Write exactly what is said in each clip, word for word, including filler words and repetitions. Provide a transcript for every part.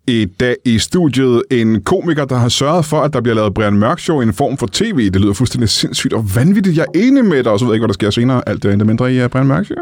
I dag i studiet en komiker, der har sørget for, at der bliver lavet Brian Mørk Show i en form for tv. Det lyder fuldstændig sindssygt og vanvittigt. Jeg er enig med dig, og så ved jeg ikke, hvad der sker senere. Alt det er endda mindre i uh, Brian Mørk Show.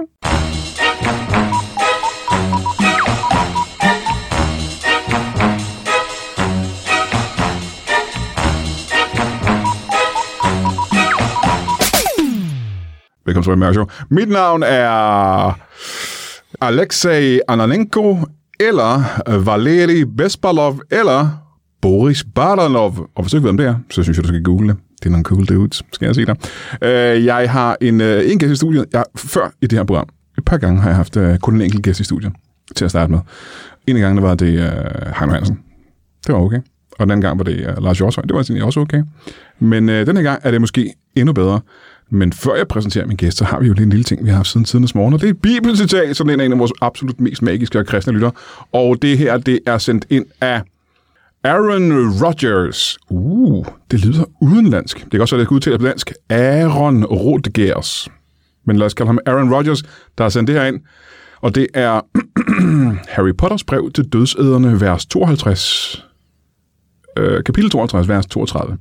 Velkommen til Brian Mørk Show. Mit navn er Alexei Ananenko, eller Valeri Bespalov, eller Boris Baranov. Og hvis du ikke ved, om det er, så synes jeg, du skal google det. Det er nogle cool dudes, skal jeg sige dig. Uh, jeg har en, uh, en gæst i studiet. Jeg, før i det her program, et par gange har jeg haft uh, kun en enkelt gæst i studiet til at starte med. En af gangene var det uh, Heino Hansen. Det var okay. Og den anden gang var det uh, Lars Hjortshøj. Det var egentlig også okay. Men uh, den her gang er det måske endnu bedre. Men før jeg præsenterer min gæst, så har vi jo lige en lille ting, vi har haft siden tidens morgen, og det er et bibelcitat, som er en af vores absolut mest magiske og kristne lytter. Og det her, det er sendt ind af Aaron Rodgers. Uh, det lyder udenlandsk. Det kan også være, det skal udtales på dansk. Aaron Rodgers. Men lad os kalde ham Aaron Rodgers, der har sendt det her ind. Og det er Harry Potters brev til dødsæderne, vers tooghalvtreds. Øh, kapitel tooghalvtreds, vers toogtredive.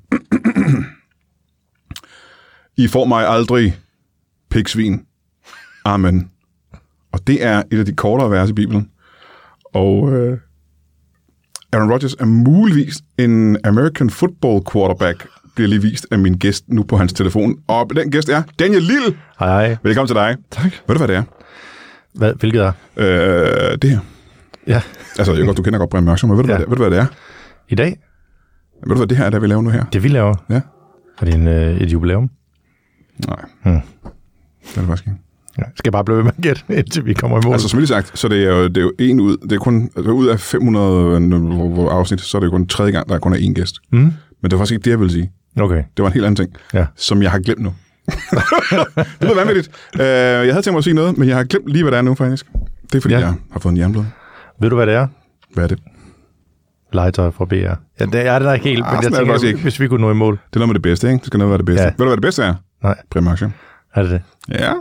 I får mig aldrig, pigsvin. Amen. Og det er et af de kortere vers i Bibelen. Og øh, Aaron Rodgers er muligvis en American football quarterback, bliver lige vist af min gæst nu på hans telefon. Og den gæst er Daniel Lille. Hej, hej. Velkommen til dig. Tak. Ved du, hvad det er? Hvad, hvilket er? Øh, det her. Ja. Altså, jeg godt, du kender godt Brian Mørk Show, men ved du, ja. hvad, ved du, hvad det er? I dag? Ved du, hvad det her er, der vi laver nu her? Det vi laver? Ja. Er det en, øh, et jubilæum? Nej. Hmm. Det er det faktisk ikke. Ja. Skal jeg bare blive ved med at gætte, indtil vi kommer i mål? Altså, som jeg sagt, så det er jo, det er jo en ud. Det er kun, altså, ud af fem hundrede afsnit, så er det jo kun tredje gang, der kun er én gæst. Mm. Men det var faktisk ikke det, jeg ville sige. Okay. Det var en helt anden ting, ja. som jeg har glemt nu. Det var vanvittigt. Uh, jeg havde tænkt mig at sige noget, men jeg har glemt lige, hvad det er nu, faktisk. Det er, fordi ja. jeg har fået en jernblod. Ved du, hvad det er? Hvad er det? Legetøj fra B R. Ja, det er det der ikke helt, ah, men jeg tænker, ikke. Hvis vi kunne nå i mål. Det er noget med det bedste, ikke? Det skal noget være det bedste. Ja. Ved du, hvad det bedste er? Nej. Brian Mørk Show. Er det det? Ja.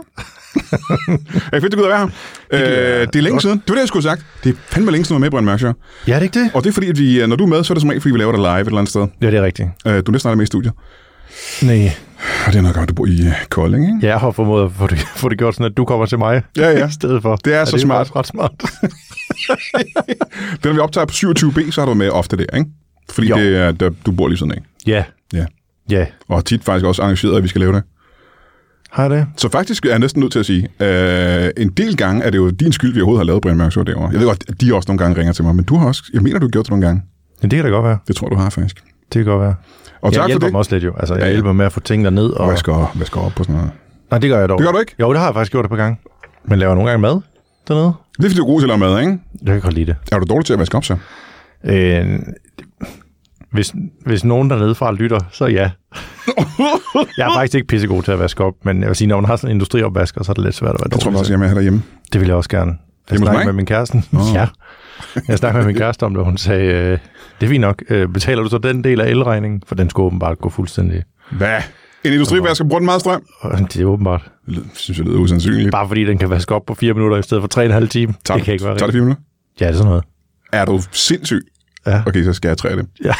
Jeg fedt, du kunne være her. Det, øh, det er længe siden. Det var det, jeg skulle have sagt. Det er fandme længe siden, du var med, Brian Mørk Show. Ja, det er ikke det. Og det er fordi, at vi, når du er med, så er det som regel, fordi vi laver det live et eller andet sted. Ja, det er rigtigt. Øh, du er næsten aldrig med i studiet. Nej. Og det er nok godt, du bor i Kolding, ikke? Ja, jeg har formået at få det, få det gjort sådan, at du kommer til mig ja, ja. i stedet for. Det er, er så det smart. Det er ret smart. Det, når vi optager på syvogtyve B, så har du med ofte der, ikke? Fordi det er, der, du bor lige sådan af. Ja. Ja. Ja. Og tit faktisk også arrangeret, at vi skal lave det. Har det? Så faktisk er jeg næsten nødt til at sige, øh, en del gange er det jo din skyld, vi overhovedet har lavet Brian Mørk Show derovre. Jeg ved godt, at de også nogle gange ringer til mig, men du har også, jeg mener, du har gjort det nogle gange. Ja, det kan da godt være. Det tror du har faktisk. Det kan godt være. Og jeg tak hjælper for det. mig også lidt jo. Altså, jeg ja, ja. hjælper med at få tingene ned. Og hvad skal, hvad skal op på sådan noget? Nej, det gør jeg dog. Det gør du ikke? Jo, det har jeg faktisk gjort et par gange. Men laver nogle gange mad dernede. Det er fordi, du er god til at lave mad, ikke? Jeg kan godt lide det. Er du dårlig til at vaske op, så? Øh, hvis, hvis nogen dernede fra lytter, så ja. Jeg er faktisk ikke pissegod til at vaske op, men jeg vil sige, når man har sådan en industriopvasker, så er det lidt svært at være dårlig. Det tror jeg også, jeg er med her derhjemme. Det vil jeg også gerne. Jeg snakker med min kæreste. Oh. Ja. Jeg snakker med min kæreste om det, og hun sagde, øh, det er fint nok. Øh, betaler du så den del af elregningen? For den skulle åbenbart gå fuldstændig. Hvad? En industrivasker bruger den meget strøm? Det er åbenbart. Det synes jeg lyder usandsynligt. Bare fordi den kan vaske op på fire minutter i stedet for tre og en halv time. Tager, det kan ikke være tager det fire minutter? Ja, det er sådan noget. Er du sindssyg? Ja. Okay, så skal jeg træ af dem. Ja.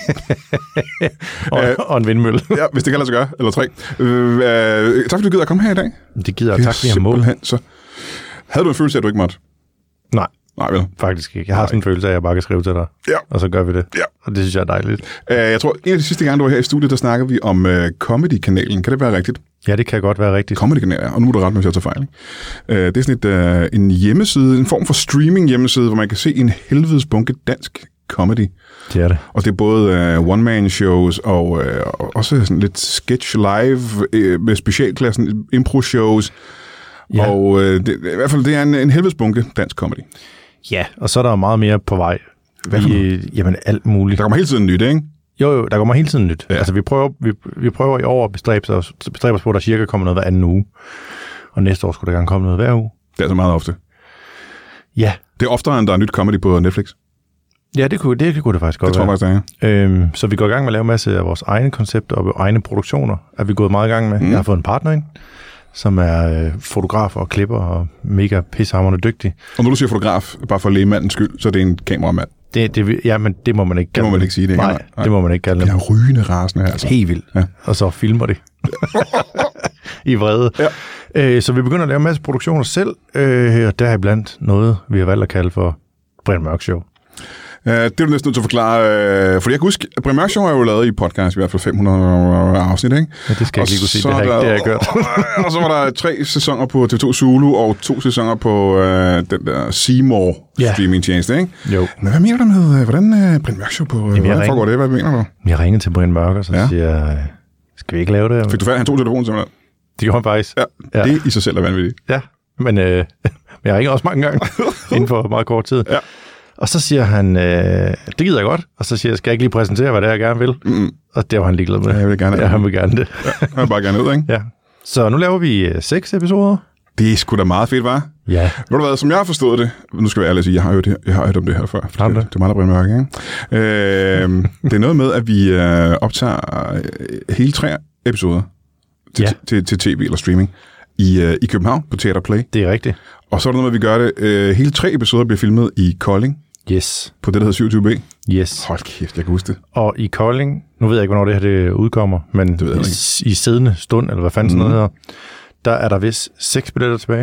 og, og en vindmølle. Ja, hvis det kan lade sig gøre. Eller tre. Øh, øh, tak fordi du gider at komme her i dag. Det gider jeg. Tak fordi jeg må. Så havde du en følelse af, at du ikke måtte? Nej. Nej, vel? Faktisk ikke. Jeg har Nej. sådan en følelse af, at jeg bare kan skrive til dig. Ja. Og så gør vi det. Ja. Og det synes jeg er dejligt. Uh, jeg tror, en af de sidste gange, du var her i studiet, der snakker vi om uh, Comedy-kanalen. Kan det være rigtigt? Ja, det kan godt være rigtigt. Comedy-kanalen, ja. Og nu må du ret med, hvis jeg tager fejl. Uh, det er sådan et, uh, en hjemmeside, en form for streaming-hjemmeside, hvor man kan se en helvedes bunke dansk comedy. Det er det. Og det er både uh, one-man-shows og uh, også sådan lidt sketch-live uh, med specialklassen, impro-shows. Ja. Og uh, det, i hvert fald, det er en, en helvedes bunke dansk comedy. Ja, og så er der meget mere på vej. Hvad for vi, jamen, alt muligt. Der kommer hele tiden nyt, ikke? Jo, jo, der kommer hele tiden nyt. Ja. Altså, vi prøver, vi, vi prøver i år at bestræbe os, bestræbe os på, at der cirka kommer noget hver anden uge. Og næste år skulle der gerne komme noget hver uge. Det er så meget ofte. Ja. Det er oftere, end der er nyt comedy på Netflix. Ja, det kunne det, kunne det faktisk godt det være. Det tror jeg faktisk, det er. Øhm, så vi går i gang med at lave en masse af vores egne koncepter og egne produktioner, er vi gået meget i gang med. Mm. Jeg har fået en partner ind, som er øh, fotograf og klipper og mega pissehamrende dygtig. Og når du siger fotograf, bare for lægemandens skyld, så er det en kameramand. Det, det, ja, men det må man ikke kalde det. må man ikke sige det. Nej, nej, det må man ikke kalde det. Det er rygende rasende her. Altså. Helt vildt. Ja. Og så filmer det. I vrede. Ja. Øh, så vi begynder at lave en masse produktioner selv, øh, og der er blandt noget, vi har valgt at kalde for Brian Mørk Show. Uh, det er du næsten nødt til at forklare, uh, fordi jeg kan huske, at Brian Mørk Show er jo lavet i podcast, i hvert fald fem hundrede afsnit, ikke? Ja, det skal jeg ikke kunne sige, det har, der, ikke, det har jeg gjort. Og så var der tre sæsoner på T V to Zulu, og to sæsoner på uh, den der Seymour yeah. streaming-tjeneste, ikke? Jo. Men hvad mener du med, hvordan uh, Brian Mørk Show på, uh, hvordan foregår det? Hvad mener du? Jeg ringede til Brian Mørk, og så ja. siger jeg, skal vi ikke lave det? Fik du fat, han tog telefonen simpelthen? Det gjorde han faktisk. Ja, ja. Det i sig selv er vanvittigt. Ja, men, øh, men jeg ringer også mange gange inden for meget kort tid. Ja. Og så siger han, øh, det gider jeg godt. Og så siger jeg, skal jeg ikke lige præsentere, hvad det er, jeg gerne vil? Mm. Og det var han ligeglad med. Ja, jeg vil gerne ja, han vil gerne det. Ja, han vil bare gerne ud, ikke? Ja. Så nu laver vi øh, seks episoder. Det er sgu da meget fedt, hva'? Ja. Ved du hvad, som jeg har forstået det, nu skal jeg ærlig sige, jeg har jo det, jeg har hørt om det her før. Det, det, det er meget, der Brian Mørk, ikke? øh, det er noget med, at vi øh, optager øh, hele tre episoder til, ja. til, til tv eller streaming i, øh, i København på Teater Play. Det er rigtigt. Og så er der noget med, at vi gør det. Øh, hele tre episoder bliver filmet i Kolding. Yes. På det, der hedder syvogtyve B. Yes. Hold kæft, jeg kan huske det. Og i Kolding, nu ved jeg ikke, hvornår det her det udkommer, men det i, i siddende stund, eller hvad fanden sådan mm. noget her, der er der vist seks billetter tilbage.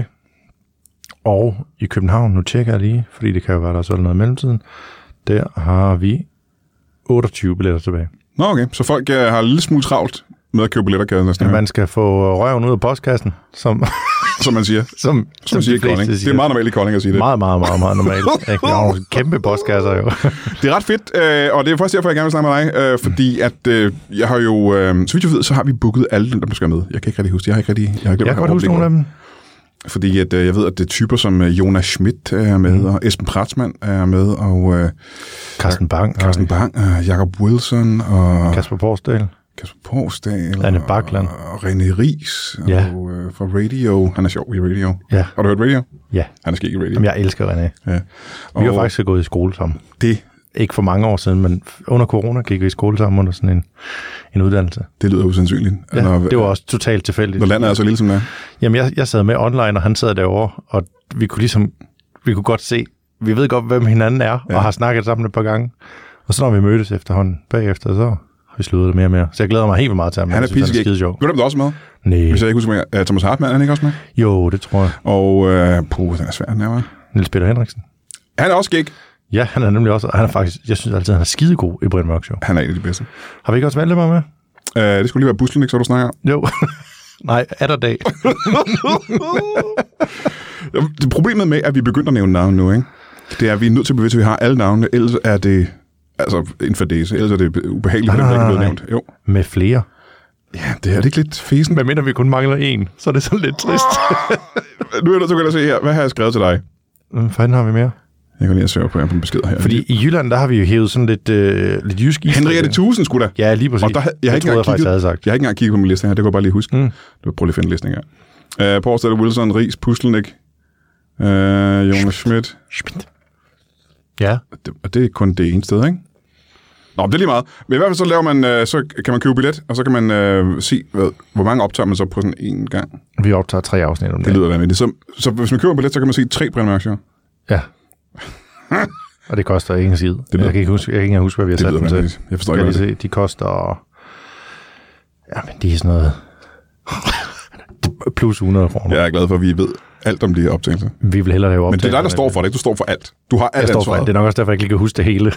Og i København, nu tjekker jeg lige, fordi det kan jo være, der er sådan noget i mellemtiden, der har vi otteogtyve billetter tilbage. Nå okay, så folk uh, har en lille smule travlt med at købe billetter, kan jeg næsten. Ja, man skal få røven ud af postkassen, som, som man siger. som, som, som siger i Kolding. Det er meget normalt i Kolding at sige det. Meget, meget, meget, meget normalt. Jeg har nogle kæmpe postkasser jo. Det er ret fedt, øh, og det er faktisk derfor, jeg gerne vil snakke med dig, øh, fordi at øh, jeg har jo, øh, så vidt jeg ved, så har vi booket alle dem, der skal med. Jeg kan ikke rigtig huske det. Jeg har ikke rigtig, jeg har jeg kan godt huske nogle af dem. Fordi at, øh, jeg ved, at det er typer som øh, Jonas Schmidt er med, mm. og Esben Pratzmann er med, og øh, Carsten Bang, Carsten Bang, øh, Jacob Wilson, og Kasper Porsdal. Kasper Porsdal. Anne Bakland. Og, og René Ries. Ja. Og øh, fra Radio. Han er sjov i Radio. Ja. Har du hørt Radio? Ja. Han er skæg i Radio. Jamen, jeg elsker René. Ja. Og vi har faktisk gået i skole sammen. Det. Ikke for mange år siden, men under corona gik vi i skole sammen under sådan en, en uddannelse. Det lyder usandsynligt. Ja, når, det var også totalt tilfældigt. Når landet er så lille som det er. Jamen, jeg, jeg sad med online, og han sad derovre, og vi kunne ligesom, vi kunne godt se, vi ved godt, hvem hinanden er, ja. Og har snakket sammen et par gange. Og så når vi mødtes efterhånden bagefter, så har vi sluttet det mere og mere. Så jeg glæder mig helt vildt meget til ham. Han er pisseskæg. Ved du, hvem der også med? Nej. Hvis jeg ikke husker med, Thomas Hartmann, er han ikke også med? Jo, det tror jeg. Og, øh, puh, den er svær, den er, hva'? Niels Peter Henriksen. Han er også skæg. Ja, han er nemlig også, han er faktisk, jeg synes altid, han er skidegod i Brian Mørk Show. Han er en af de bedste. Har vi ikke også valgt med med? Uh, det skulle lige være Buslenik, så du snakker. Jo. Nej, er der dag. Det problemet med, at vi begynder at nævne navne nu, ikke? Det er, at vi er nødt til at bevæge, at vi har alle navne, ellers er det altså en fadese, ellers er det ubehageligt, at det ikke er blevet nævnt. Jo. Med flere. Ja, det er det ikke lidt fesen. Men mindre vi kun mangler en, så er det sådan lidt trist. Nu er jeg nødt til at se her. Hvad har jeg skrevet til dig? Hvad fanden har vi mere? Jeg kan lige søge på en besked her. Fordi i Jylland, der har vi jo hævet sådan lidt, øh, lidt jysk is. Henriette Tusind skulle da. Ja, lige præcis. Og der, jeg, jeg, har ikke troede, jeg, kigget, jeg, sagt. jeg har ikke engang kigget på min liste her, det kan jeg bare lige huske. Mm. Du prøv lige at finde listen her. Uh, Porsdal, Wilson, Ries, Pustelnik, uh, Jonas Schmidt. Schmidt. Ja. Det, og det er kun det ene sted, ikke? Nå, det er lige meget. Men i hvert fald så laver man, uh, så kan man købe billet, og så kan man uh, se, hvad, hvor mange optager man så på sådan en gang. Vi optager tre afsnit om det. Det lyder vanvittigt. Så, så hvis man køber billet, så kan man se tre Brian Mørk Show. Ja. Og det koster ingen skid. Jeg kan ikke huske, jeg kan ikke huske, hvad vi har sat dem til. Jeg forstår ikke, se. De koster... Ja, men de er sådan noget... plus hundrede kroner. Jeg er glad for, at vi ved alt om de her optagelser. Vi vil hellere lave optagelser. Men det er dig, der står for det. Du står for alt. Du har alt ansvaret. Det er nok også derfor, jeg ikke lige kan huske det hele.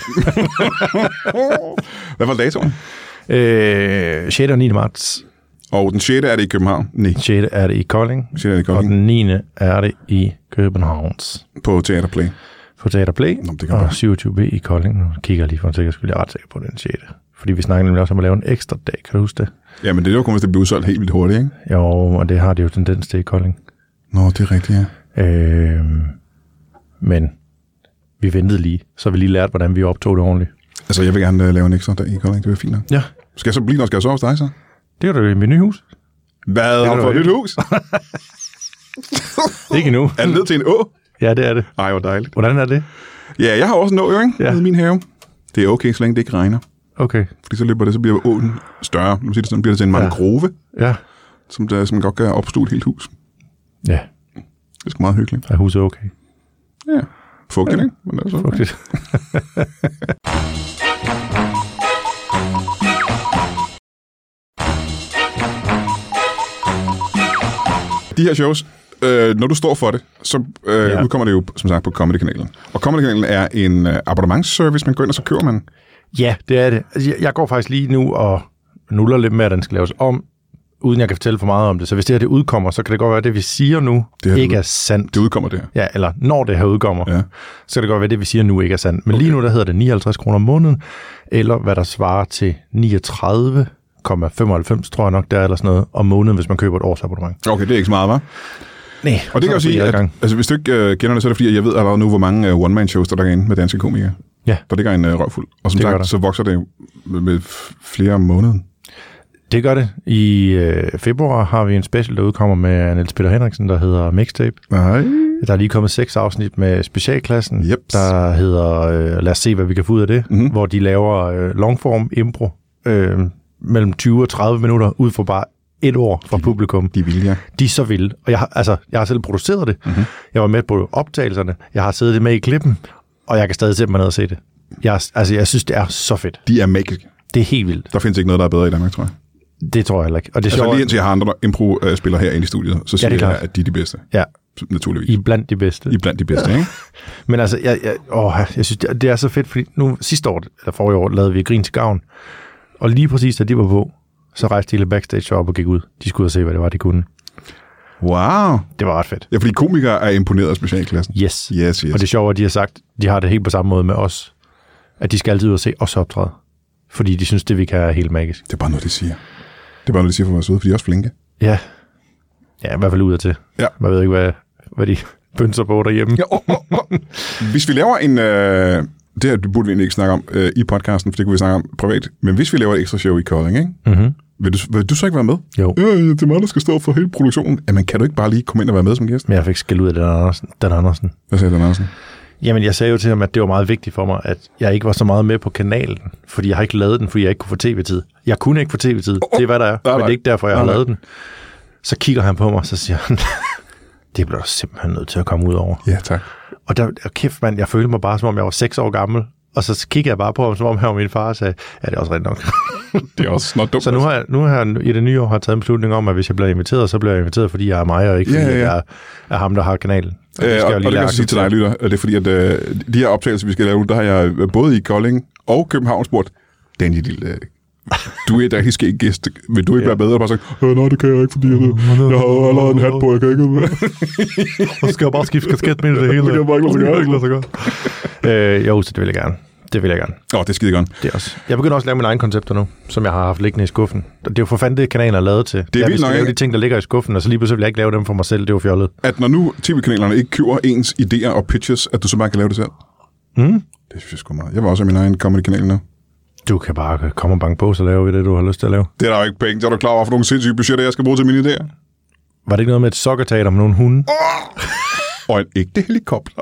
Hvad var datoen? Øh, sjette og niende marts. Og den sjette er det i København? Nej. sjette er det i Kolding. sjette er det i Kolding. Og den niende er det i Københavns. På Teater Play. På Teater Play. Nå, det og syvogtyve B i Kolding. Nu kigger jeg lige for en sikker skyld. Jeg er ret sikker på den sjette. Fordi vi snakker nemlig også om at lave en ekstra dag. Kan du huske det? Ja, men det er jo kun, hvis det bliver udsolgt helt vildt hurtigt, ikke? Jo, og det har det jo tendens til i Kolding. Nå, det er rigtigt, ja. Øh, men vi ventede lige, så vi lige lærte, hvordan vi optog det ordentligt. Altså, jeg vil gerne uh, lave en ekstra dag i Kolding. Det er fint nok. Ja. Skal jeg så blive, når skal jeg sove hos dig, så? Det er jo det i mit nye hus. Hvad? Har du fået et nyt hus? Ikke endnu. Er det ned til en å? Ja, det er det. Ej, hvor dejligt. Hvordan er det? Ja, jeg har også en å, jo, ikke? Ja. Med min have. Det er okay, så længe det ikke regner. Okay. Fordi så løber det, så bliver åen større. Nu siger det sådan, bliver det til en mangrove. Ja. ja. Som, der, som godt kan opstå et helt hus. Ja. Det er sgu meget hyggeligt. Er huset okay? Ja. Fugtigt, ikke? Men det er så Fugtigt. De her shows, øh, når du står for det, så øh, ja. udkommer det jo, som sagt, på Comedy-kanalen. Og Comedy-kanalen er en øh, abonnementsservice, man går ind, og så køber man. Ja, det er det. Altså, jeg, jeg går faktisk lige nu og nuller lidt med, at den skal laves om, uden jeg kan fortælle for meget om det. Så hvis det her det udkommer, så kan det godt være, at det, vi siger nu, det ikke er sandt. Det udkommer det her. Ja, eller når det her udkommer, ja. Så kan det godt være, at det, vi siger nu, ikke er sandt. Men okay. Lige nu, der hedder det nioghalvtreds kroner om måneden, eller hvad der svarer til niogtredive komma femoghalvfems, tror jeg nok, der er eller sådan noget, om måneden, hvis man køber et årsabonnement. Okay, det er ikke så meget, hva'? Nej. Og det kan jo sige, at altså, hvis du ikke uh, kender det, så er det fordi, at jeg ved allerede nu, hvor mange uh, one-man-shows, der ligger inde med danske komikere. Ja. Der ligger en uh, røvfuld. Og som det sagt, så vokser det med, med flere om måneden. Det gør det. I øh, februar har vi en special, der udkommer med Niels Peter Henriksen, der hedder Mixtape. Nej. Der er lige kommet seks afsnit med specialklassen, yep. der hedder øh, Lad os se, hvad vi kan få ud af det, mm-hmm. hvor de laver øh, longform impro øh, mellem tyve og tredive minutter ud fra bare et ord fra de, publikum. De vil, ja. De er så vilde. Og jeg har, altså, jeg har selv produceret det. Mm-hmm. Jeg var med på optagelserne. Jeg har siddet med i klippen, og jeg kan stadig sætte mig ned og se det. Jeg, altså, jeg synes, det er så fedt. De er magiske. Det er helt vildt. Der findes ikke noget, der er bedre i Danmark, tror jeg. Det tror jeg heller ikke. Og det er altså sjovt, lige indtil jeg har andre impro-spillere herinde i studiet, så siger ja, jeg, at de er de bedste. Ja. Naturligvis. I blandt de bedste. I blandt de bedste, ikke? Men altså, jeg, jeg, åh, jeg synes, det er så fedt, fordi nu sidste år, eller forrige år, lavede vi Grin til Gavn, og lige præcis da de var på, så rejste de hele backstage op og gik ud. De skulle ud og se, hvad det var, de kunne. Wow. Det var ret fedt. Ja, fordi komikere er imponeret af specialklassen. Yes. Yes, yes. Og det sjove er, at de har sagt, de har det helt på samme måde med os, at de skal altid ud og se os optræde. Fordi de synes, det vi kan er helt magisk. Det er bare noget, de siger. Det er bare noget, de siger for vores ude, for de er også flinke. Ja. Ja, i hvert fald ud af til. Ja. Man ved ikke, hvad, hvad de pynser på derhjemme. Ja, oh, oh, oh. Hvis vi laver en... Øh, det her burde vi egentlig ikke snakke om øh, i podcasten, for det kunne vi snakke om privat. Men hvis vi laver et ekstra show i Kolding, ikke? Mm-hmm. Vil, du, vil du så ikke være med? Jo. Ja, det er mig, der skal stå for hele produktionen. Jamen, kan du ikke bare lige komme ind og være med som gæst? Men jeg fik skæld ud af Dan Andersen. Dan Andersen. Hvad sagde Dan Andersen? Jamen, jeg sagde jo til ham, at det var meget vigtigt for mig, at jeg ikke var så meget med på kanalen, fordi jeg har ikke lavet den, fordi jeg ikke kunne få tv-tid. Jeg kunne ikke få tv-tid. Oh, oh. Det er, hvad der er, nej, men det er ikke derfor, jeg nej, har lavet den. Så kigger han på mig, og så siger han, det bliver du simpelthen nødt til at komme ud over. Ja, tak. Og der, kæft mand, jeg følte mig bare, som om jeg var seks år gammel, og så kigger jeg bare på ham, som om han var min far, og sagde, ja, det er også rent nok. Det er også snart dumt. Så nu har jeg, nu har jeg i det nye år har jeg taget en beslutning om, at hvis jeg bliver inviteret, så bliver jeg inviteret, fordi jeg er mig, og ikke fordi ja, ja. jeg er, er ham, der har kanalen. Og det, øh, og, og det kan jeg sige til dig, lytter, det er fordi, at øh, de her optagelser, vi skal lave, der har jeg både i Kolding og København spurgt, Daniel, lille, du er da ikke skæg gæst, vil du ikke ja. være bedre? Og bare sagt, øh, nej, det kan jeg ikke, fordi jeg, jeg har allerede en hat på, jeg kan ikke. Og så skal jeg bare skifte kasket med det hele. Det kan jeg bare ikke lade sig gøre. Øh, jo, så det vil jeg gerne. Det vil jeg gerne. Åh, oh, det er skide godt. Det er også. Jeg begynder også at lave mine egne koncepter nu, som jeg har haft liggende i skuffen. Det er jo for fanden det, kanalen er lavet til. Det er vildt nok, lave de ting, der ligger i skuffen, og så lige pludselig vil jeg ikke lave dem for mig selv. Det er jo fjollet. At når nu tv-kanalerne ikke køber ens idéer og pitches, at du så bare kan lave det selv. Mm. Det synes jeg sgu meget. Jeg vil også have min egen comedy-kanal nu. Du kan bare komme og banke på, så laver vi det, du har lyst til at lave. Det er der jo ikke penge. Så er du klar over, for nogle sindssyge budgetter, jeg skal bruge til mine idéer. Var det ikke noget med et sokkerteater med nogle hunde? Oh! Og en ægte helikopter.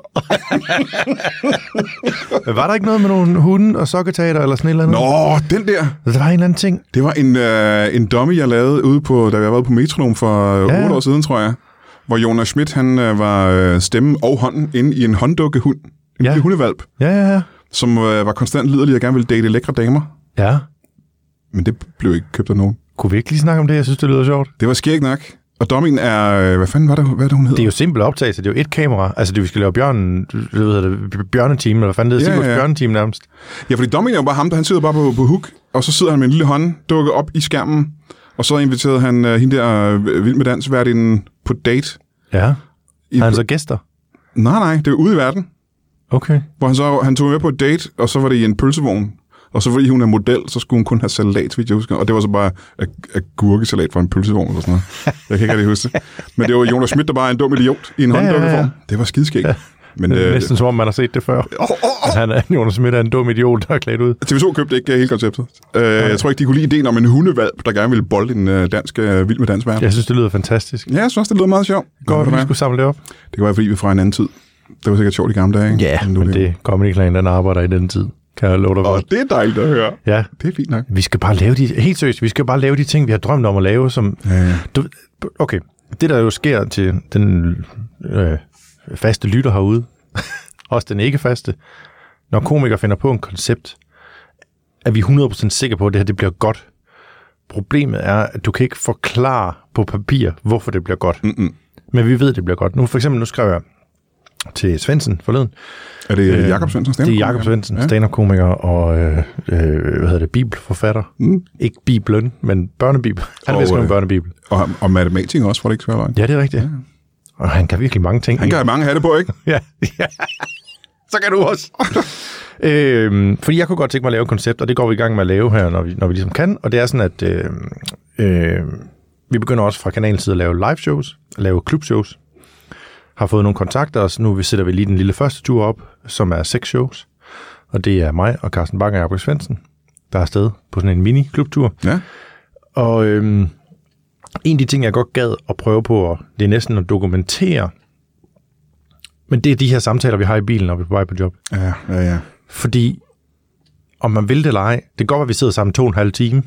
Var der ikke noget med nogle hunde og sokkerteater eller sådan et eller Nå, andet? den der. Det var en eller anden ting. Det var en, øh, en dummy, jeg lavede ude på, da jeg var på Metronom for øh, ja. otte år siden, tror jeg. Hvor Jonas Schmidt, han øh, var øh, stemmen og hånden inde i en hånddukkehund. En ja. lille hundevalp. Ja, ja, ja. Som øh, var konstant liderlig og gerne ville date lækre damer. Ja. Men det blev ikke købt af nogen. Kunne vi ikke lige snakke om det? Jeg synes, det lyder sjovt. Det var skægt nok. Og dommien er... Hvad fanden var det, hvad er det hun hedder? Det er jo simpelt optagelse. Det er jo et kamera. Altså, det vi skal lave bjørnen... Det ved det, bjørneteam, eller hvad fanden det hedder? Ja, ja. Bjørneteam nærmest. Ja, fordi dommien er jo bare ham, der han sidder bare på, på hook, og så sidder han med en lille hånd, dukker op i skærmen, og så inviterede han uh, hende der uh, Vild med Dans værtinden på date. Ja. Har han så gæster? Nej, nej. Det er ude i verden. Okay. Hvor han så han tog med på et date, og så var det i en pølsevogn. Og så fordi hun er model, så skulle hun kun have salat, hvis jeg husker. Og det var så bare agurkesalat fra en pølsevogn eller sådan noget. Jeg kan ikke rigtig huske det. Men det var Jonas Schmidt, der bare er en dum idiot i en ja, hånddukkeform. Ja, ja. Det var skideskægt. Ja. Men, det er øh, næsten som om, man har set det før. Oh, oh, oh. Han er, Jonas Schmidt er en dum idiot, der er klædt ud. T V to købte ikke hele konceptet. Uh, okay. Jeg tror ikke, de kunne lide ideen om en hundevalp, der gerne ville bolde en uh, dansk uh, Vild med Dans verden. Jeg synes, det lyder fantastisk. Ja, jeg synes også, det lyder meget sjovt. Godt, vi skulle samle det op. Det kan være, fordi vi fra en anden tid. Det var sikkert sjovt i gamle dage. Ja, men, men det Comedy Clan, den arbejder i den tid. Kan jeg love dig for. Og det er dejligt at høre. Ja. Det er fint nok. Vi skal bare lave de, helt seriøst, vi skal bare lave de ting, vi har drømt om at lave, som... Ja, ja. Du, okay, det der jo sker til den øh, faste lytter herude, også den ikke faste. Når komikere finder på en koncept, er vi hundrede procent sikre på, at det her det bliver godt. Problemet er, at du kan ikke forklare på papir, hvorfor det bliver godt. Mm-mm. Men vi ved, det bliver godt. Nu for eksempel, nu skrev jeg til Svendsen forleden. Er det øh, Jakob Svendsen, stand-up-komiker? Det er Jakob Svendsen, ja. stand-up-komiker og øh, øh, hvad hedder det, bibelforfatter. Mm. Ikke Bibelen, men børnebibel. Han vil skrive en børnebibel. Og, og matematiker også, for det ikke svært løgn. Ja, det er rigtigt. Ja. Og han kan virkelig mange ting. Han kan have mange hatte på, ikke? Ja. Ja. Så kan du også. øhm, fordi jeg kunne godt tænke mig at lave et koncept, og det går vi i gang med at lave her, når vi, når vi ligesom kan. Og det er sådan, at øh, øh, vi begynder også fra kanalens side at lave live shows, at lave klubshows. Har fået nogle kontakter, og nu sætter vi lige den lille første tur op, som er seks shows. Og det er mig og Carsten Bang og Jakob Svendsen, der er afsted på sådan en mini-klubtur. Ja. Og øh, en af de ting, jeg godt gad at prøve på, det er næsten at dokumentere. Men det er de her samtaler, vi har i bilen, når vi er på vej på job. Ja, ja, ja. Fordi, om man vil det eller ej, det kan godt være, at vi sidder sammen to og en halv time,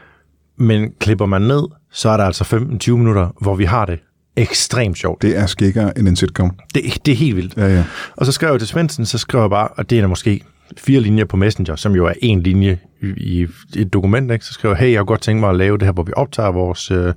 men klipper man ned, så er der altså femten til tyve minutter, hvor vi har det ekstremt sjovt. Det er skækkere end en sitcom. Det, det er helt vildt. Ja, ja. Og så skrev jeg til Svendsen, så skrev jeg bare, og det er måske fire linjer på Messenger, som jo er en linje i, i et dokument, ikke? Så skrev jeg, hey, jeg har godt tænkt mig at lave det her, hvor vi optager vores... Øh,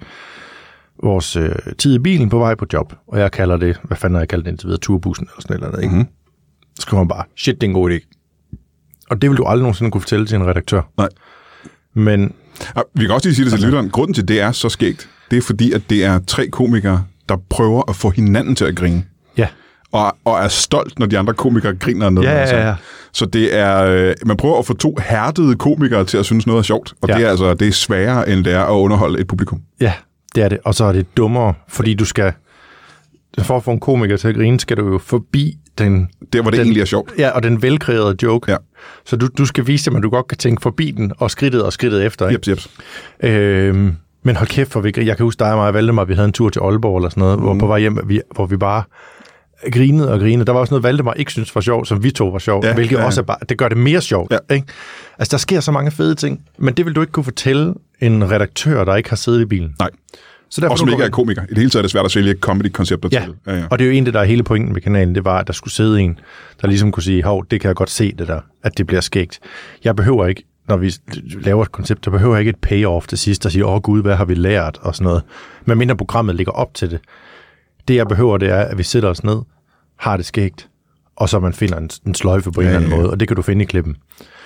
vores øh, tid i bilen på vej på job. Og jeg kalder det, hvad fanden har jeg kaldt det indtil videre, turbussen eller sådan noget, ikke? Mm-hmm. Så skriver man bare, shit, det er en god idé. Og det vil du aldrig nogensinde kunne fortælle til en redaktør. Nej. Men... Ja, vi kan også lige sige det til altså, lytteren. Grunden til, det er så skægt, det er fordi, at det er tre komikere, der prøver at få hinanden til at grine. Ja. Og, og er stolt, når de andre komikere griner noget. Ja, ja, ja. Så det er, øh, man prøver at få to hærdede komikere til at synes noget er sjovt. Og ja. det er altså det er sværere, end det er at underholde et publikum. Ja, det er det. Og så er det dummere, fordi du skal... For at få en komiker til at grine, skal du jo forbi den... Der, hvor det den, egentlig er sjovt. Ja, og den velkreerede joke. Ja. Så du, du skal vise dem, at du godt kan tænke forbi den, og skridtet og skridtet efter. Ikke? Jeps, jeps. Øhm, men hold kæft, for vi, jeg kan huske dig og mig og Valdemar, vi havde en tur til Aalborg eller sådan noget, mm. hvor på vej hjem, vi, hvor vi bare grinede og grinede. Der var også noget, Valdemar ikke synes var sjovt, som vi to var sjovt, ja, hvilket ja, ja. også er bare, det gør det mere sjovt. Ja. Ikke? Altså, der sker så mange fede ting, men det vil du ikke kunne fortælle en redaktør, der ikke har siddet i bilen. Nej. Så og som ikke er komiker. I det hele taget er det svært at sælge comedy-koncepter ja. til. Ja, ja, og det er jo egentlig, der er hele pointen med kanalen, det var, at der skulle sidde en, der ligesom kunne sige, hov, det kan jeg godt se det der, at det bliver skægt. Jeg behøver ikke, når vi laver et koncept, der behøver ikke et payoff til sidst, der siger, åh gud, hvad har vi lært, og sådan noget. Men mindre programmet ligger op til det. Det, jeg behøver, det er, at vi sætter os ned, har det skægt, og så man finder en, en sløjfe på en ja, eller anden ja. måde, og det kan du finde i klippen.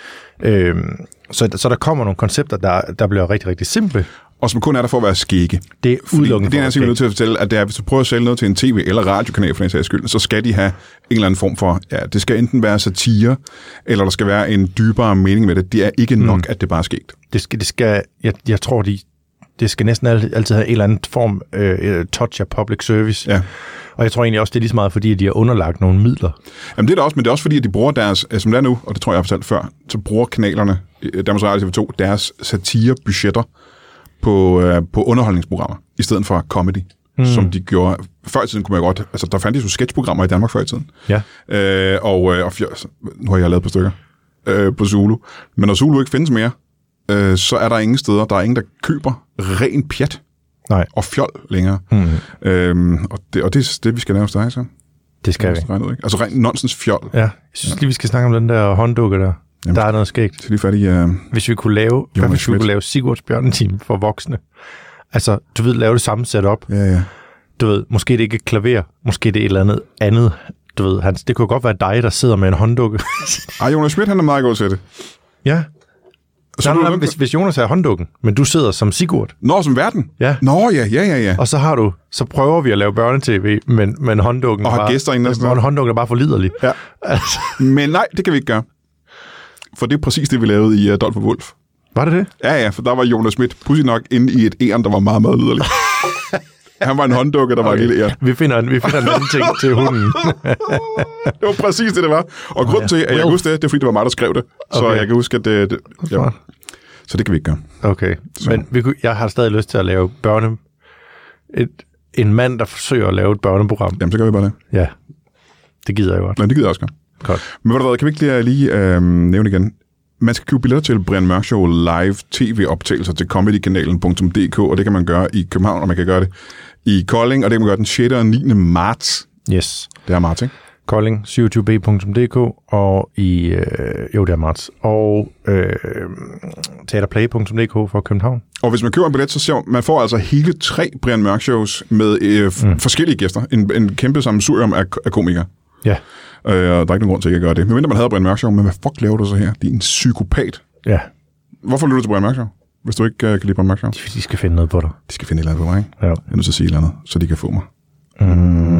Øhm, så, så der kommer nogle koncepter, der, der bliver rigtig, rigtig simple. Og som kun er der for at være skægge. Det er udelukkende det er jeg nødt til at fortælle, at det er, hvis du prøver at sælge noget til en tv- eller radiokanal for den sags skyld, så skal de have en eller anden form for, ja, det skal enten være satire, eller der skal være en dybere mening med det. Det er ikke nok, mm. at det bare er skægt. Det skal, det skal jeg, jeg tror, de, det skal næsten altid have en eller anden form øh, touch af public service. Ja. Og jeg tror egentlig også, det er lige så meget, fordi de har underlagt nogle midler. Jamen det er det også, men det er også fordi, at de bruger deres, som det er nu, og det tror jeg, jeg har fortalt før, så bruger kanalerne, Danmarks Radio T V to, deres satirebudgetter på, øh, på underholdningsprogrammer, i stedet for comedy, mm. som de gjorde. Før i tiden kunne man godt, altså der fandtes jo sketchprogrammer i Danmark før i tiden. Ja. Øh, og øh, og fjør, nu har jeg lavet på stykker øh, på Zulu. Men når Zulu ikke findes mere, øh, så er der ingen steder, der er ingen, der køber ren pjat. Nej. Og fjol længere. Mm. Øhm, og det, og det er det, vi skal lave hos dig, så. Det skal vi. Ud, ikke? Altså rent nonsens fjol. Ja, jeg synes lige, vi skal snakke om den der hånddukke der. Jamen, der er noget skægt. Så lige færdig, uh, hvis vi kunne lave, hvad hvis vi kunne lave Sigurds Bjørneteam for voksne. Altså, du ved, lave det samme setup. Ja, ja. Du ved, måske det ikke er et klaver, måske det er et eller andet andet. Du ved, Hans, det kunne godt være dig, der sidder med en hånddukke. Ej, Jonas Schmidt, han er meget god til det. Ja. Så nej, nej, nej, hvis, hvis Jonas er hånddukken, men du sidder som Sigurd. Nå, som verden? Ja. Nå, ja, ja, ja, ja. Og så har du, så prøver vi at lave børnetv, men, men hånddukken og har bare, gæster inden. Og en hånddukken er bare for liderlig. Ja. Altså. Men nej, det kan vi ikke gøre. For det er præcis det, vi lavede i uh, Dolph og Wolf. Var det det? Ja, ja, for der var Jonas Schmidt pudsigt nok inde i et æren, der var meget, meget liderlig. Han var en hånddukke, der okay. var en lille æren. Vi finder en, vi finder en anden ting til hunden. Det var præcis det, det var. Og grund oh, ja. til, at jeg kan huske det, det er fordi, det var mig, der skrev det. Så okay. jeg kan huske, at det... det ja. Så det kan vi ikke gøre. Okay, så. Men vi, jeg har stadig lyst til at lave børne... Et, en mand, der forsøger at lave et børneprogram. Jamen, så gør vi bare det. Ja, det gider jeg godt. Nej, det gider jeg også godt. Godt. Men hvad der været, kan vi ikke lige, lige øh, nævne igen? Man skal købe billetter til Brian Mørk Show live tv-optagelser til comedykanalen punktum d k, og det kan man gøre i København, og man kan gøre det i Kolding, og det kan man gøre den sjette og niende marts. Yes. Det er marts, ikke? Kolding, syvogtyve b punktum d k, og i, øh, jo det er marts, og øh, teaterplay punktum d k for København. Og hvis man køber en billet, så ser man får altså hele tre Brian Mørk shows med øh, f- mm. forskellige gæster. En, en kæmpe sammensurium af, af komikere. Ja. Øh, der er ikke nogen grund til ikke at gøre det. Men mindre man havde Brian Mørk show, men hvad fuck laver du så her? Din psykopat. Ja. Hvorfor lytter du til Brian Mørk show, hvis du ikke uh, kan lide Brian Mørk show? De skal finde noget på dig. De skal finde et eller andet på mig, ikke? Ja. Jeg er nødt til at sige et eller andet, så de kan få mig. Mm.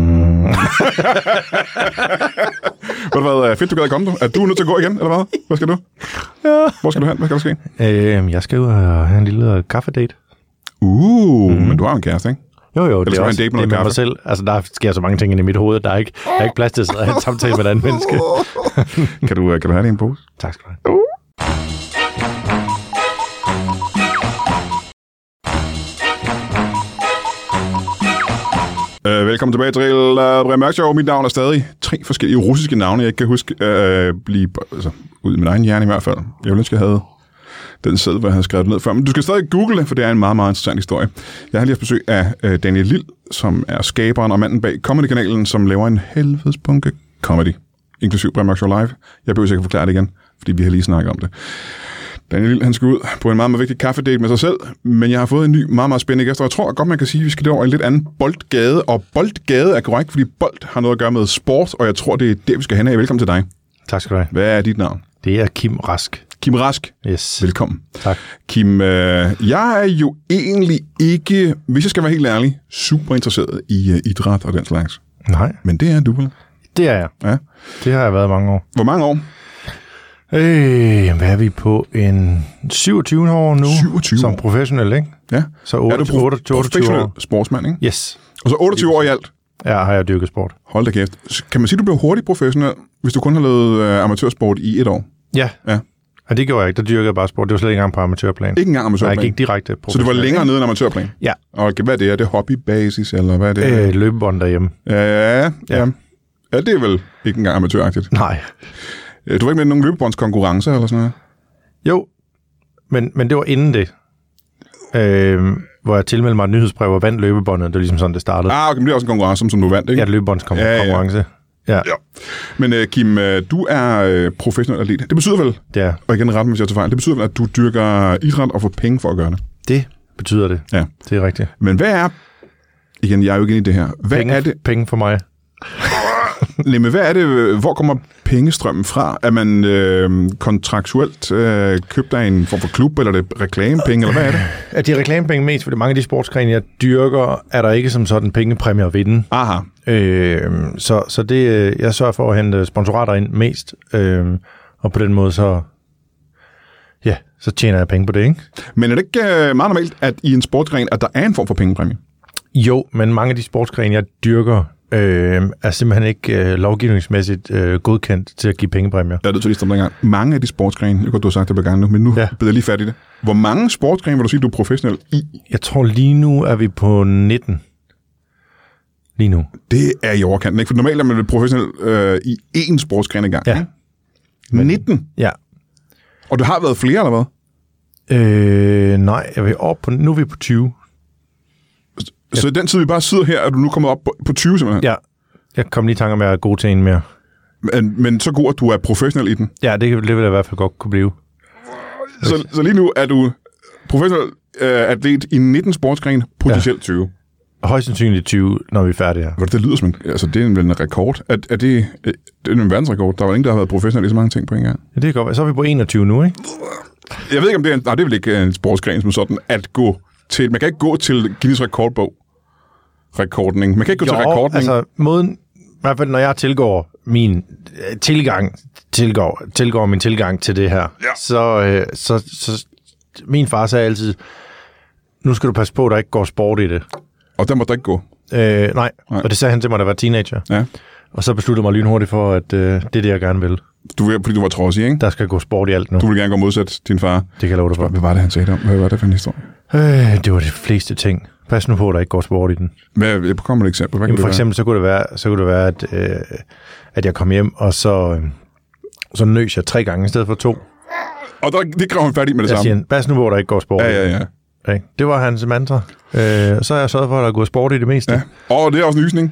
Ved du hvad, fedt du gad at komme, du. Er du nødt til at gå igen, eller hvad? Hvad skal du? Ja. Hvor skal du hen? Hvad skal der ske? Øh, jeg skal ud og have en lille kaffedate. Uh, mm. men du har en kæreste, ikke? Jo, jo, det er også det med, med mig selv. Altså, der sker så mange ting inde i mit hoved. Der er ikke, der er ikke plads til at have en samtale med et andet menneske. kan, du, kan du have det i en pose? Tak skal du have. Uh. Uh, velkommen tilbage til uh, Brian Mørk Show. Mit navn er stadig tre forskellige russiske navne, jeg ikke kan huske uh, blive altså, ud i min egen hjerne i hvert fald. Jeg ville ønske, jeg havde den sæd, hvor jeg havde skrevet det ned før. Men du skal stadig google det, for det er en meget, meget interessant historie. Jeg har lige haft besøg af uh, Daniel Lille, som er skaberen og manden bag Comedy-kanalen, som laver en helvedes bunke comedy, inklusiv Brian Mørk Show Live. Jeg behøver ikke forklare det igen, fordi vi har lige snakket om det. Daniel Lille, han skal ud på en meget, meget vigtig kaffedate med sig selv, men jeg har fået en ny, meget, meget spændende gæst, og jeg tror godt, man kan sige, at vi skal over en lidt anden boldgade, og boldgade er korrekt, fordi bold har noget at gøre med sport, og jeg tror, det er der, vi skal hen af. Velkommen til dig. Tak skal du have. Hvad er dit navn? Det er Kim Rask. Kim Rask? Yes. Velkommen. Tak. Kim, øh, jeg er jo egentlig ikke, hvis jeg skal være helt ærlig, super interesseret i uh, idræt og den slags. Nej. Men det er du vel? Det er jeg. Ja. Det har jeg været mange år. Hvor mange år? Øh, hvad er vi på? En syvogtyve år nu? syvogtyve som år. professionel, ikke? Ja. Så otte, er du prof- otte, professionel år. sportsmand, ikke? Yes. Og så otteogtyve år i alt? Ja, har jeg dyrket sport. Hold da kæft. Kan man sige, at du blev hurtigt professionel, hvis du kun har lavet øh, amatørsport i et år? Ja. Ja. Og det gjorde jeg ikke. Der dyrkede jeg bare sport. Det var slet ikke engang på amatørplan. Ikke engang amatørplan? Nej, jeg gik direkte professionel. Så det var længere nede end amatørplan? Ja. Og hvad er det? Er det hobbybasis, eller hvad er det? Øh, løbebånd derhjemme. Ja, ja, ja. Ja. Ja, det er vel ikke engang amatøragtigt. Nej. Du var ikke med i nogen løbebåndskonkurrencer eller sådan noget? Jo, men, men det var inden det, øh, hvor jeg tilmeldte mig et nyhedsbrev og vandt løbebåndet. Det var ligesom sådan, det startede. Ah, okay, men det er også en konkurrence, som, som du vandt, ikke? Ja, løbebåndskonkurrence. Ja, ja. Ja. Men uh, Kim, uh, du er uh, professionel atlet. Det betyder vel, det er. og igen ret mig, hvis jeg tager fejl, det betyder vel, at du dyrker idræt og får penge for at gøre det? Det betyder det. Ja. Det er rigtigt. Men hvad er, igen, jeg er jo ikke inde i det her. Hvad penge, er det? Penge for mig. Nej, men hvad er det, hvor kommer pengestrømmen fra? Er man øh, kontraktuelt øh, købt af en form for klub, eller er det reklamepenge, eller hvad er det? Er det reklamepenge mest? Fordi mange af de sportsgrene, jeg dyrker, er der ikke som sådan pengepræmier at vinde. Aha. Øh, så, så det, jeg sørger for at hente sponsorater ind mest, øh, og på den måde så, ja, så tjener jeg penge på det, ikke? Men er det ikke øh, meget normalt, at i en sportsgren, at der er en form for pengepræmie? Jo, men mange af de sportsgrene, jeg dyrker, øh, er simpelthen ikke øh, lovgivningsmæssigt øh, godkendt til at give pengepræmier. Jeg er nødt til lige at gang. Mange af de sportsgrene, jeg godt, du har sagt det på gang nu, men nu ja. bliver jeg lige fat i det. Hvor mange sportsgrene vil du sige, du er professionel i? Jeg tror lige nu er vi på nitten. Lige nu. Det er i overkanten, ikke? For normalt er man professionel øh, i én sportsgren ad gang. Ja. Men, nitten? Ja. Og du har været flere, eller hvad? Øh, nej, jeg vil op på, nu er vi på tyve. Så i den tid, vi bare sidder her, er du nu kommet op på, på tyve simpelthen? Ja, jeg kom lige i tanke om, at jeg er god til en mere. Men, men så god, at du er professionel i den? Ja, det, det vil jeg i hvert fald godt kunne blive. Så, så lige nu er du professionel øh, atlet i nitten sportsgrene, potentielt tyve? Højst sandsynligt tyve, når vi er færdige her. Det lyder som en, altså det er en, en rekord. Er, er det, er, det er en verdensrekord? Der var ingen, der har været professionel i så mange ting på en gang. Ja, det kan godt være. Så er vi på enogtyve nu, ikke? Jeg ved ikke, om det er en, nej, det er vel ikke en sportsgren som sådan, at gå til, man kan ikke gå til Guinness rekordbog. Rekordning. Man kan ikke gå jo, til rekordning. altså måden, i hvert fald når jeg tilgår min øh, tilgang, tilgår, tilgår min tilgang til det her, ja. så, øh, så, så min far sagde altid, nu skal du passe på, at der ikke går sport i det. Og der må der ikke gå? Øh, nej. nej, og det sagde han til mig, da jeg var teenager. Ja. Og så besluttede mig lynhurtigt for, at øh, det er det, jeg gerne vil. Du vil, fordi du var trodsig, ikke? Der skal gå sport i alt nu. Du vil gerne gå modsat din far. Det kan jeg love dig for. Hvad var det, han sagde om? Hvad var det for en historie? Øh, det var de fleste ting. Pas nu på, at der ikke går sport i den. Hvad, jeg kommer et eksempel. Hvad Jamen, for eksempel, så kunne det være, så kunne det være at, øh, at jeg kom hjem, og så, øh, så nøs jeg tre gange i stedet for to. Og der, det graver han færdig med det jeg samme? Jeg siger, pas nu på, at der ikke går sport ja, i ja, den. ja. Okay. Det var hans mantra. Øh, så har jeg sørget for, at der går sport i det meste. Ja. Og det er også en nysning.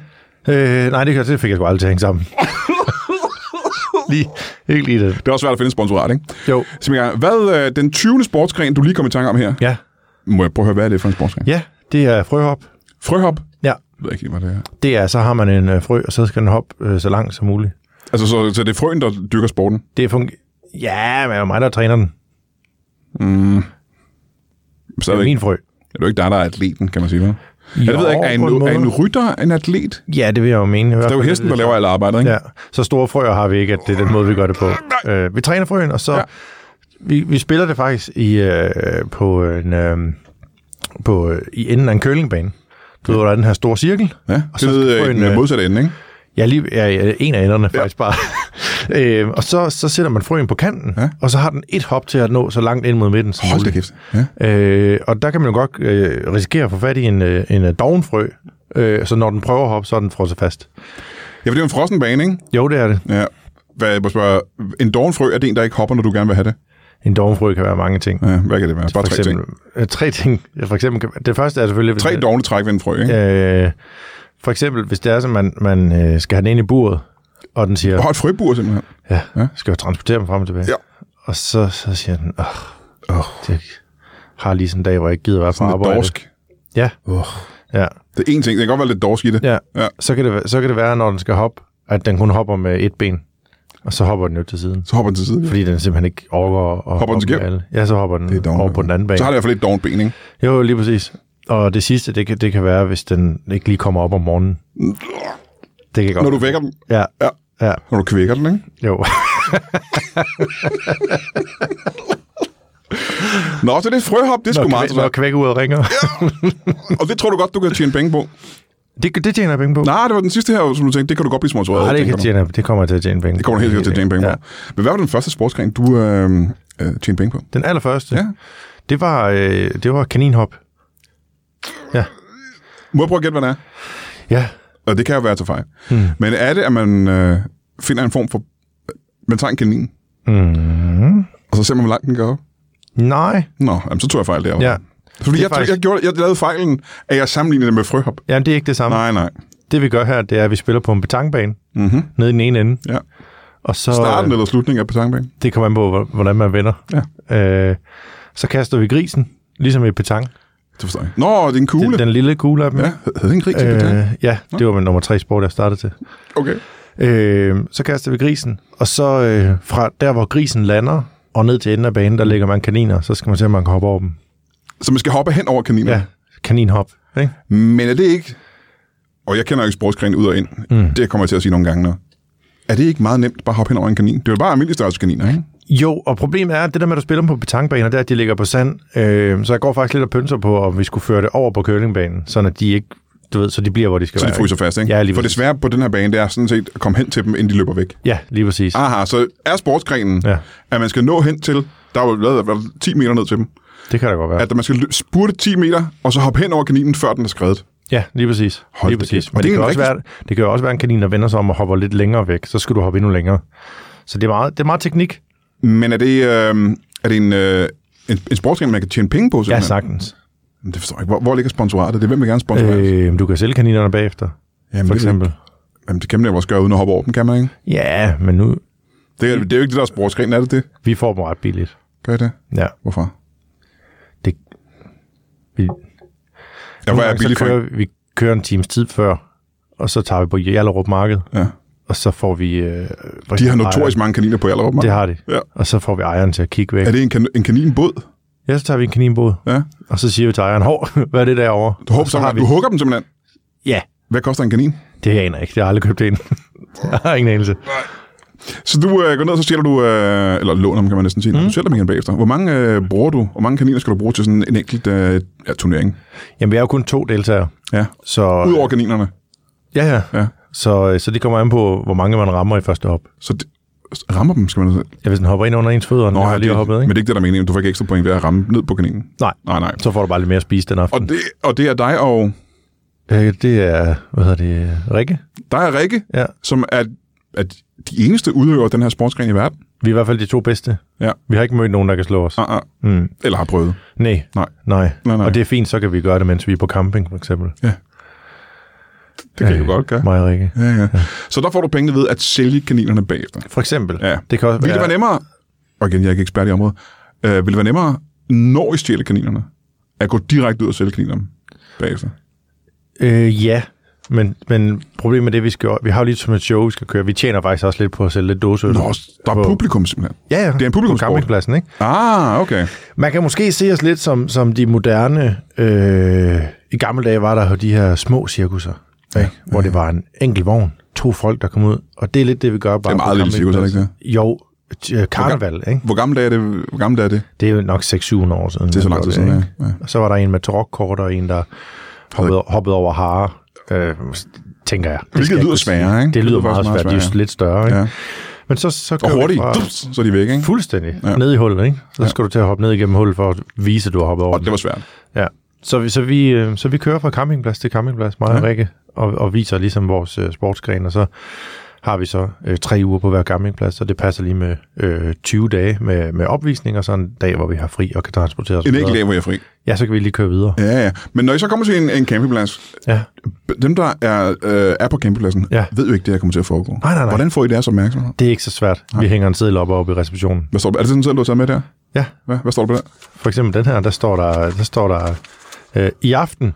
Øh, nej, det, det fik jeg sgu aldrig til at hænge sammen. lige, ikke lige det. Det er også svært at finde sponsorat, ikke? Jo. Simpelthen, hvad er den tyvende sportsgren, du lige kom i tanke om her? Ja. Må jeg prøve at høre, hvad er det for en sportsgren? Ja, det er frøhop. Frøhop? Ja. Jeg ved ikke, hvad det er. Det er, så har man en øh, frø, og så skal den hoppe øh, så langt som muligt. Altså, så, så det er frøen, der dyrker sporten? Det er fungerer. Ja, men det er mig, der træner den. Mm. Det er min frø. Er det ikke der, der er atleten, kan man sige, hvad? Jo, jeg ved ikke, er en, en er en rytter en atlet? Ja, det vil jeg jo mene. Det er jo hesten, der laver alt arbejdet, ikke? Ja, så store frøer har vi ikke, at det er den måde, vi gør det på. Øh, vi træner frøen, og så... Ja. Vi, vi spiller det faktisk i, øh, på en, øh, på, øh, i enden af en curlingbane. Du ved, der er den her store cirkel. Ja, og så det er den modsatte ende, ikke? Ja, lige, ja, en af enderne ja. faktisk bare. øh, og så, så sætter man frøen på kanten, ja. og så har den et hop til at nå så langt ind mod midten som Hold muligt. Kæft. Ja. Øh, og der kan man jo godt øh, risikere at få fat i en, øh, en dovenfrø, øh, så når den prøver at hoppe, så er den frosset fast. Ja, for det er jo en frossen bane, ikke? Jo, det er det. Ja. Hvad, jeg må spørge, en dovenfrø er det en, der ikke hopper, når du gerne vil have det? En dovenfrø kan være mange ting. Ja, hvad kan det være? Bare for tre eksempel, ting. Tre ting. For eksempel, kan, det første er selvfølgelig... Tre dovne træk ved en frø, ikke? Øh, for eksempel, hvis det er så, man, man øh, skal have den ind i buret, og den siger... Og et frøbur simpelthen. Ja, ja, skal jo transportere dem frem og tilbage. Ja. Og så, så siger den, åh, oh, det har lige sådan en dag, hvor jeg ikke gider være på arbejde. Sådan lidt dorsk. Ja. Oh. ja. Det er en ting, det kan godt være lidt dorsk i det. Ja, ja. Så, kan det, så kan det være, når den skal hoppe, at den kun hopper med et ben, og så hopper den jo til siden. Så hopper den til siden? Fordi den simpelthen ikke overgår at hopper den til alle. Ja, så hopper den down, over på den anden bane. Så har det i hvert fald et dovent ben, ikke? Jo, lige præcis. Og det sidste, det kan, det kan være, hvis den ikke lige kommer op om morgenen. Det kan godt. Når du vækker den? Ja. ja. ja. Når du kvækker den, ikke? Jo. Nå, så det er frøhop, det er sgu meget. Når kvækkeuret ringer. Ja. Og det tror du godt, du kan tjene penge på? Det, det tjener jeg penge på. Nej, det var den sidste her, som du tænkte, det kan du godt blive sponsoreret. Nej, det, kan tjene, det kommer jeg til at tjene penge på. Det kommer helt sikkert til at tjene penge på. Ja. Men hvad var den første sportsgren, du øh, øh, tjente penge på? Den allerførste? Ja. Det var, øh, det var kaninhop. Ja. Må jeg prøve at gætte, hvad det er? Ja. Og det kan jo være til fejl. Hmm. Men er det, at man øh, finder en form for... Man tager en kanin, mm. og så ser man, hvor langt den går op? Nej. Nå, jamen, så tog jeg fejl der. Ja. Fordi jeg, faktisk... jeg, gjorde, jeg lavede fejlen, at jeg sammenlignede det med frøhop. Jamen, det er ikke det samme. Nej, nej. Det vi gør her, det er, at vi spiller på en betonbane, mm-hmm. nede i den ene ende. Ja. Og så, starten eller slutningen af betonbanen? Det kommer an på, hvordan man vender. Ja. Øh, så kaster vi grisen, ligesom i petanque. Det forstår jeg. Nå, det er en kugle. Den, den lille kugle af dem. Ja, havde en gris i petanque? Øh, ja, Nå. Det var min nummer tre sport, jeg startede til. Okay. Øh, så kaster vi grisen, og så øh, fra der, hvor grisen lander, og ned til enden af banen, der ligger man kaniner, så skal man se, om man kan hoppe over dem. Så man skal hoppe hen over kaniner? Ja, kaninhop. Ikke? Men er det ikke... Og jeg kender jo ikke sportsgren ud og ind. Mm. Det kommer jeg til at sige nogle gange nu. Er det ikke meget nemt bare at hoppe hen over en kanin? Det er jo bare almindelig størrelse kaniner, ikke? Jo, og problemet er, at det der med, at du spiller dem på betonbaner, det er, at de ligger på sand. Øh, så jeg går faktisk lidt og pynser på, om vi skulle føre det over på curlingbanen, sådan at de ikke, du ved, så de bliver, hvor de skal så være. Så de fryser fast, ikke? Ja, lige For det svære på den her bane, det er sådan set at komme hen til dem, inden de løber væk. Ja, lige præcis. Aha, så er sportsgrenen, ja. At man skal nå hen til, der er jo lavet ti meter ned til dem. Det kan da godt være. At man skal spurte ti meter, og så hoppe hen over kaninen, før den er skredet. Ja, lige præcis. Hold lige præcis. Men det, det, det, kan rigtig... være, det kan jo også være en kanin, der vender sig om og hopper lidt længere væk. Så skal du hoppe endnu længere. Så det er meget, det er meget teknik. Men er det, øh, er det en, øh, en, en sportsgren, man kan tjene penge på? Ja, sagtens. Det forstår jeg ikke. Hvor, hvor ligger sponsoratet? Det er hvem vil gerne sponsorere? Øh, du kan sælge kaninerne bagefter, jamen, for eksempel. Det, jamen, det kan man jo også gøre uden at hoppe over dem, kan man ikke? Ja, men nu... Det er, det er jo ikke det, der er sportsgren, er det det? Vi får dem ret billigt. Gør I det? Ja. Hvorfor? Det... Vi... Ja, hvor er billigt for? Kører, vi kører en times tid før, og så tager vi på Hjallerup Marked. Ja. Og så får vi... Øh, de har notorisk mange kaniner på Hjallerup Marked. Det har de. Ja. Og så får vi ejeren til at kigge væk. Er det en, kan, en kaninbåd? Ja, så tager vi en kaninbåd. Ja. Og så siger vi til ejeren, hov, hvad er det derovre? Du, håber, så vi... du hugger dem simpelthen? Ja. Hvad koster en kanin? Det aner jeg ikke. Det har jeg aldrig købt en. Jeg har ingen anelse. Nej. Så du øh, går ned, og så sælger du, øh, eller låner dem, kan man næsten sige. Mm. Du sælger dem igen bagefter. Hvor mange øh, bruger du? Hvor mange kaniner skal du bruge til sådan en enkelt øh, ja, turnering? Jamen, vi er jo kun to deltagere. Ja. Så, udover kaninerne? Ja, ja. ja. Så, så det kommer an på, hvor mange man rammer i første hop. Så det, rammer dem, skal man sige? Ja, hvis den hopper ind under ens fødder, Nå, ja, lige det, hoppet, ikke? Men det er ikke det, der er meningen. Du får ikke ekstra point ved at ramme ned på kaninen? Nej. Nej, nej. Så får du bare lidt mere at spise den aften. Og det, og det er dig og... Øh, det er, hvad hedder det, Rikke? Der er Rikke, ja. Som er, er de eneste udøvere den her sportsgren i verden. Vi er i hvert fald de to bedste. Ja. Vi har ikke mødt nogen, der kan slå os. Uh-uh. Mm. Eller har prøvet. Nej. Nej. Nej. Nej, nej. Og det er fint, så kan vi gøre det, mens vi er på camping, for eksempel. Ja. Det kan øh, du godt gøre. Mig og Rikke. Ja, ja. Ja. Så der får du pengene ved at sælge kaninerne bagefter. For eksempel. Ja. Det kan også vil det være nemmere, og igen, jeg er ikke ekspert i området, øh, vil det være nemmere, når I stjæler kaninerne, at gå direkte ud og sælge kaninerne bagefter? Øh, ja, men, men problemet med det, vi skal vi har jo lige som et show, vi skal køre. Vi tjener faktisk også lidt på at sælge lidt dåseøl. Nå, der er på, publikum simpelthen. Ja, ja. Det er en publikumsport. På campingpladsen, ikke? Ah, okay. Man kan måske se os lidt som, som de moderne... Øh, I gamle dage var der jo de her små cirkusser, ja, ja, hvor det var en enkelt vogn, to folk, der kom ud. Og det er lidt det, vi gør bare. Det er meget lille cirkus, er det ikke det? Jo, karneval, hvor, ikke? Hvor gammel er det? Hvor gammel er det? Det er jo nok seks syv år siden. Det er så lang tid siden, ja. Ja. Og så var der en med tarokkort og en, der hoppede, hoppede over hare, øh, tænker jeg. Det Hvilket lyder sværere, ikke? Det lyder meget svært, svært. De er jo lidt større, ikke? Ja. Men så, så og hurtigt, fra... Dups, så er de væk, ikke? Fuldstændig. Ja. Ned i hullet, ikke? Så ja. skal du til at hoppe ned igennem hullet for at vise, at du har hoppet over. Og det var svært. Ja. Så vi, så, vi, så vi kører fra campingplads til campingplads, mig og ja. Rikke, og, og viser ligesom vores uh, sportsgren, og så har vi så øh, tre uger på hver campingplads, og det passer lige med øh, tyve dage med, med opvisning, og så en dag, hvor vi har fri og kan transportere os. En enkelt dag, hvor jeg er fri? Ja, så kan vi lige køre videre. Ja, ja. Men når I så kommer til en, en campingplads, ja. dem, der er, øh, er på campingpladsen, ja. ved jo ikke, det her kommer til at foregå. Nej, nej, nej. Hvordan får I deres opmærksomhed? Det er ikke så svært. Nej. Vi hænger en seddel op oppe i receptionen. Hvad står der? Er det sådan en seddel, du har taget med der? Ja. Hvad, hvad står der på der? For eksempel den her, der står der, der, står der øh, i aften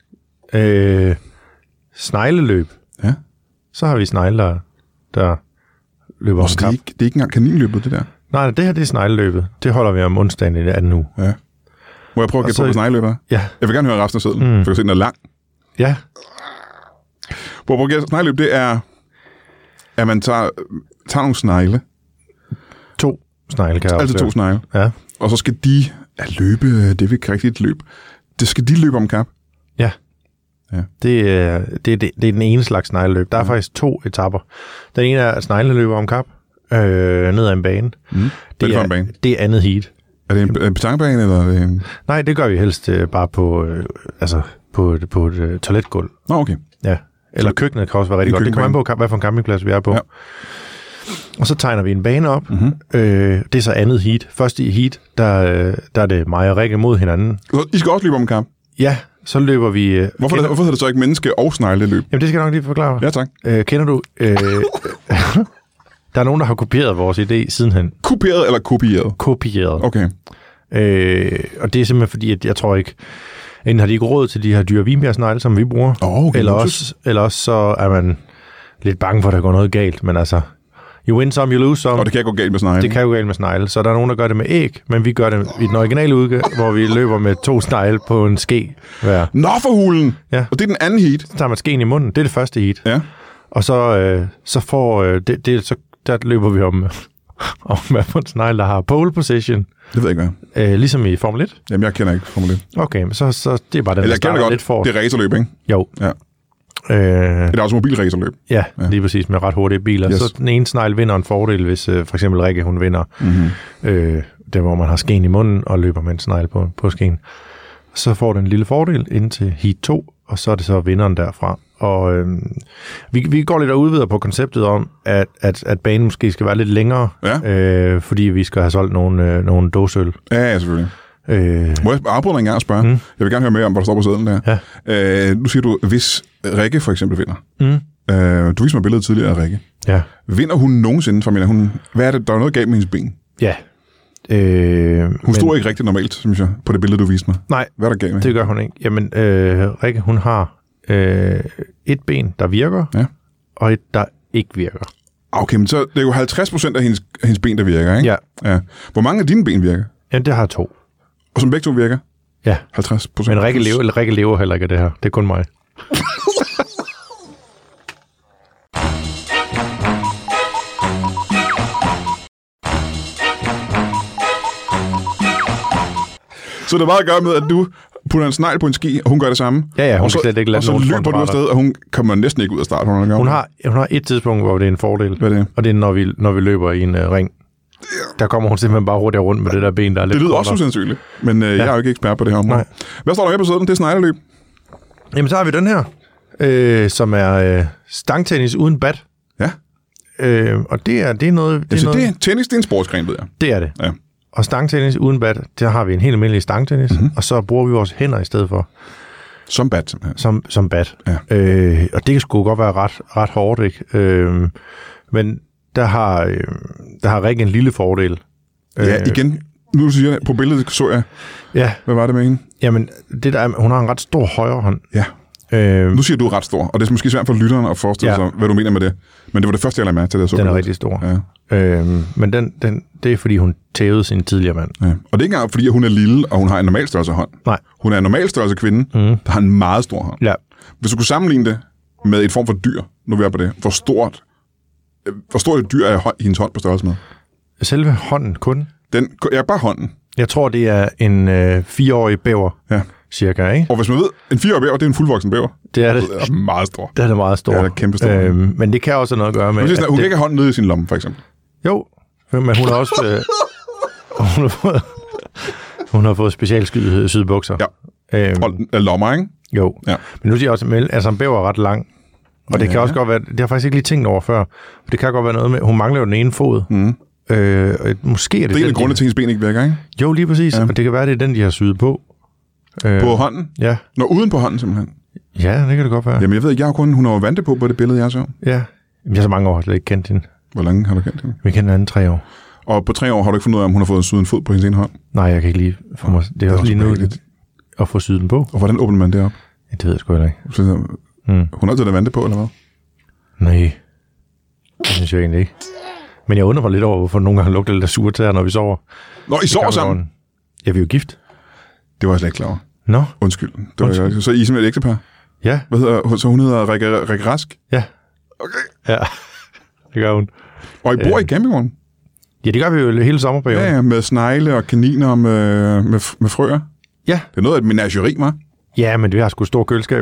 øh, snegleløb. Ja. Så har vi snegle, der, der løber om kap. Det er, ikke, det er ikke engang kaninløbet, det der? Nej, det her det er snegleløbet. Det holder vi om onsdagen i det anden uge. Ja. Må jeg prøve at gætte på, hvad snegleløbet er? Ja. Jeg vil gerne høre resten af sedlen, mm. for jeg kan se, den er lang. Ja. Prøv at gætte, snegleløb, det er, at man tager, tager nogle snegle. To snegle, kan jeg Altid to snegle. Ja. Og så skal de ja, løbe, det er ikke rigtigt et løb. Det skal de løbe om kap. Ja. Ja. Det, er, det, er, det er den ene slags snegleløb. Der er ja. faktisk to etapper. Den ene er, at snegleløber om kap, øh, ned ad en bane. Mm. Det, er, bane. det er andet heat. Er det en, en betonbane, eller er det en... Nej, det gør vi helst øh, bare på, øh, altså på, et, på et øh, toiletgulv. Nå, okay. Ja. Eller køkkenet kan også være rigtig godt. Det kommer an på, hvad for en campingplads vi er på. Ja. Og så tegner vi en bane op. Mm-hmm. Øh, det er så andet heat. Først i heat, der, der er det mig og Rikke mod hinanden. I skal også løbe om kamp? Ja, så løber vi... Øh, hvorfor, kender... hvorfor hedder det så ikke menneske- og snegleløb? Jamen, det skal jeg nok lige forklare. Ja, tak. Øh, kender du... Øh, der er nogen, der har kopieret vores idé sidenhen. Kopieret eller kopieret? Kopieret. Okay. Øh, og det er simpelthen fordi, at jeg tror ikke... Enten har de ikke råd til de her dyre vinbjergsnegle, som vi bruger. Oh, okay. Eller også, eller også så er man lidt bange for, at der går noget galt. Men altså... You win some, you lose some. Og det kan gå galt med snegle. Det kan gå galt med snegle. Så der er nogen, der gør det med æg, men vi gør det i den originale udgave, hvor vi løber med to snegle på en ske hver. Nå for hulen! Ja. Og det er den anden heat. Så tager man skeen i munden. Det er det første heat. Ja. Og så, øh, så får... Øh, det, det, så der løber vi om, om hvad for en snegle, der har pole position. Det ved jeg ikke, hvad. Øh, ligesom i Formel et. Jamen, jeg kender ikke Formel et. Okay, men så, så det er bare den, Eller, der starter godt. Lidt for. Det er racerløb, ikke? Jo. Ja. Øh, det er også mobilracerløb. Ja, ja, lige præcis med ret hurtige biler. Yes. Så den ene snegl vinder en fordel, hvis øh, for eksempel Rikke, hun vinder mm-hmm. øh, der, hvor man har skeen i munden og løber med en snegl på, på skeen. Så får den en lille fordel ind til heat to, og så er det så vinderen derfra. Og øh, vi, vi går lidt og udvider på konceptet om, at, at, at banen måske skal være lidt længere, ja. øh, fordi vi skal have solgt nogle, øh, nogle dåseøl. Ja, ja, selvfølgelig. Øh, Må jeg afbryde en gang og spørge? Mm. Jeg vil gerne høre mere om, hvad der står på sedlen der. Ja. Øh, nu siger du, hvis Rikke for eksempel vinder. Mm. Øh, du viste mig billedet tidligere af Rikke. Ja. Vinder hun nogensinde? For, mener, hun, hvad er det? Der er noget galt med hendes ben. Ja. Øh, hun men... stod ikke rigtig normalt, synes jeg, på det billede, du viste mig. Nej, hvad er der galt med? Det gør hun ikke. Jamen, øh, Rikke, hun har øh, et ben, der virker, ja. og et, der ikke virker. Okay, men så det er jo halvtreds procent af hendes, hendes ben, der virker, ikke? Ja. ja. Hvor mange af dine ben virker? Jamen, det har to. Og som begge to virker? Ja. halvtreds procent. Men Rikke lever, Rikke lever heller ikke af det her. Det er kun mig. Så det er meget at gøre med, at du putter en snegl på en ski, og hun gør det samme. Ja, ja, hun og så, slet ikke lade og så løber du afsted, og hun kommer næsten ikke ud af start. Hun, hun, har, hun har et tidspunkt, hvor det er en fordel. Hvad er det? Og det er, når vi, når vi løber i en uh, ring. Der kommer hun simpelthen bare hurtigt rundt med det der ben, der er lidt det lyder kortere. også usandsynligt, men uh, ja. jeg er jo ikke ekspert på det her område. Nej. Hvad står der med på siden? Det er sneglerløb. Jamen, så har vi den her, øh, som er øh, stangtennis uden bat. Ja. Øh, og det er, det er noget... Det er, altså, noget... det er tennis, det er en sportsgren, ved jeg. Det er det. Ja. Og stangtennis uden bat, der har vi en helt almindelig stangtennis, mm-hmm. og så bruger vi vores hænder i stedet for. Som bat, simpelthen. Som, som bat. Ja. Øh, og det kan sgu godt være ret, ret hårdt, ikke? Øh, men der har, øh, der har Rikke en lille fordel. Ja, igen, nu du siger det, på billedet så jeg, ja. Hvad var det med hende? Jamen, det der, hun har en ret stor højre hånd. Ja. Øh, nu siger du ret stor, og det er måske svært for lytteren at forestille ja. sig, hvad du mener med det. Men det var det første, jeg lagde mærke til, det så. Den er rigtig stor. Ja. Øh, men den, den, det er, fordi hun tævede sin tidligere mand. Ja. Og det er ikke engang, fordi hun er lille, og hun har en normal størrelse hånd. Nej. Hun er en normal størrelse kvinde, mm. der har en meget stor hånd. Ja. Hvis du kunne sammenligne det med et form for dyr, nu er vi på det, hvor stort, hvor stort et dyr er hendes hånd på størrelse med? Selve hånden kun? Den, ja, bare hånden. Jeg tror, det er en øh, fireårig bæver, ja. cirka, ikke? Og hvis man ved, en fireårig bæver, det er en fuldvoksen bæver. Det er det. Det er meget stor. Det er det meget stor. Ja, det er kæmpe stor. Øhm, men det kan også noget at gøre med... Hun, sådan, hun det... kan ikke have hånden nede i sin lomme, for eksempel. Jo, men hun har også... Øh, hun, har fået, hun har fået specialskydede sydbukser. Ja, øhm, og lommer, ikke? Jo, ja. Men nu siger jeg også, at altså, en bæver er ret lang. Og det ja. kan også godt være... Det har faktisk ikke lige tænkt over før. Det kan godt være noget med... Hun mangler jo den ene fod. Mm. Øh, måske er det... Det er en af grunde til, at hendes ben ikke virker, ikke? Jo, lige præcis. Ja. Og det kan være, det er den, de har syet på. Øh, på hånden? Ja. Nå, uden på hånden, simpelthen? Ja, det kan det godt være. Jamen, jeg ved ikke, jeg har kun... Hun har jo vante på på det billede, jeg så. Ja. Jeg har så mange år, jeg har ikke kendt hende. Hvor længe har du kendt hende? Vi kender hende tre år. Og på tre år har du ikke fundet ud af, om hun har fået syet en fod på hendes ene hånd? Nej, jeg kan ikke lige få mig... Det er, det er også lige nu at få syet den på. Og hvordan åbner man det op? Ja, det ved jeg sgu heller ikke. Så, hmm. Hun har altid der vante på, eller hvad? Nej, det synes jeg egentlig ikke. Men jeg undrer mig lidt over, hvorfor nogle gange lugter lidt af sure tæer, når vi sover. Nå, I sover sammen? Ja, vi er jo gift. Det var jeg slet ikke klar over. Nå. Undskyld. Det var Undskyld. Jeg, så I er simpelthen et ægtepar? Ja. Hvad hedder, så hun hedder Rikke, Rikke Rask? Ja. Okay. Ja, det gør hun. Og I bor øh. i campingvognen? Ja, det gør vi jo hele sommerperioden. Ja, ja, med snegle og kaniner og med, med, med frøer. Ja. Det er noget af et menageri, hva'? Ja, men vi har sgu stor køleskab.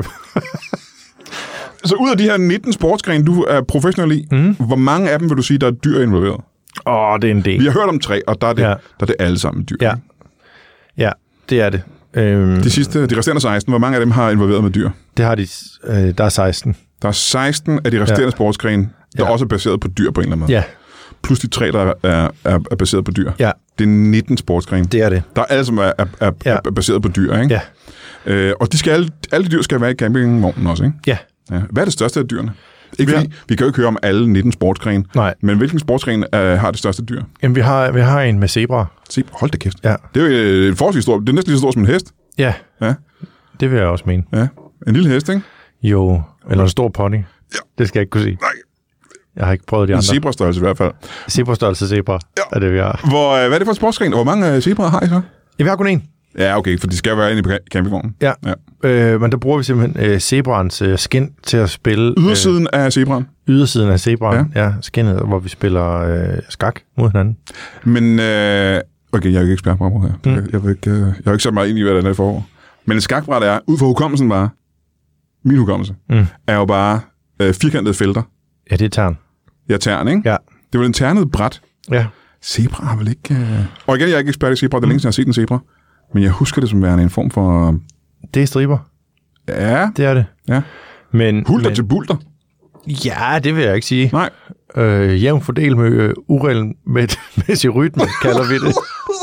Så ud af de her nitten sportsgrene, du er professionel i, mm. hvor mange af dem vil du sige, der er dyr involveret? Åh, oh, det er en del. Vi har hørt om tre, og der er det, ja. der er det alle sammen dyr. Ja, ja det er det. Øhm, de sidste, de resterende seksten, hvor mange af dem har involveret med dyr? Det har de, øh, der er seksten. Der er seksten af de resterende ja. sportsgrene, der ja. også er baseret på dyr på en eller anden måde. Ja. Plus de tre, der er, er, er baseret på dyr. Ja. Det er nitten sportsgrene. Det er det. Der er alle, som er, er, er, ja. er baseret på dyr, ikke? Ja. Øh, og de skal, alle, alle de dyr skal være i campingvognen også, ikke? Ja. Ja. Hvad er det største af dyrene? Ikke fordi, vi kan jo ikke høre om alle nitten sportsgrene. Nej. Men hvilken sportsgren uh, har det største dyr? Jamen, vi har, vi har en med zebra. Zebra? Hold da kæft. Ja. Det er jo en forholdsvis stor. Det er næsten lige så stor som en hest. Ja. Ja. Det vil jeg også mene. Ja. En lille hest, ikke? Jo. Eller en stor pony. Ja. Det skal jeg ikke kunne sige. Nej. Jeg har ikke prøvet de andre. En zebra-størrelse i hvert fald. Zebra-størrelse zebra ja. Er det, vi har. Hvor, hvad er det for en sportsgren? Hvor mange zebraer har I så? Ja, vi har kun én. Ja, okay, for de skal jo være inde i campingvognen. Ja, ja. Øh, men der bruger vi simpelthen øh, zebraens øh, skin til at spille... Ydersiden øh, af zebraen? Ydersiden af zebraen, ja. ja skinnet, hvor vi spiller øh, skak mod hinanden. Men, øh, okay, jeg er jo ikke ekspert på området her. Mm. Jeg, vil ikke, øh, jeg har ikke sat mig ind i, hvad der er i forår. Men en skakbræt er, ud fra hukommelsen bare, min hukommelse, mm. er jo bare øh, firkantede felter. Ja, det er tern. Ja, tern, ikke? Ja. Det er vel en ternet bræt. Ja. Zebra har vel ikke... Øh... Og igen, jeg er ikke ekspert i zebra. Det er længe siden, jeg har set en zebra. Men jeg husker det som værende en form for... Det er striber. Ja. Det er det. Ja. Men, hulter men... til bulter? Ja, det vil jeg ikke sige. Nej. Øh, jævn fordel med øh, uregelmæssig rytme, kalder vi det.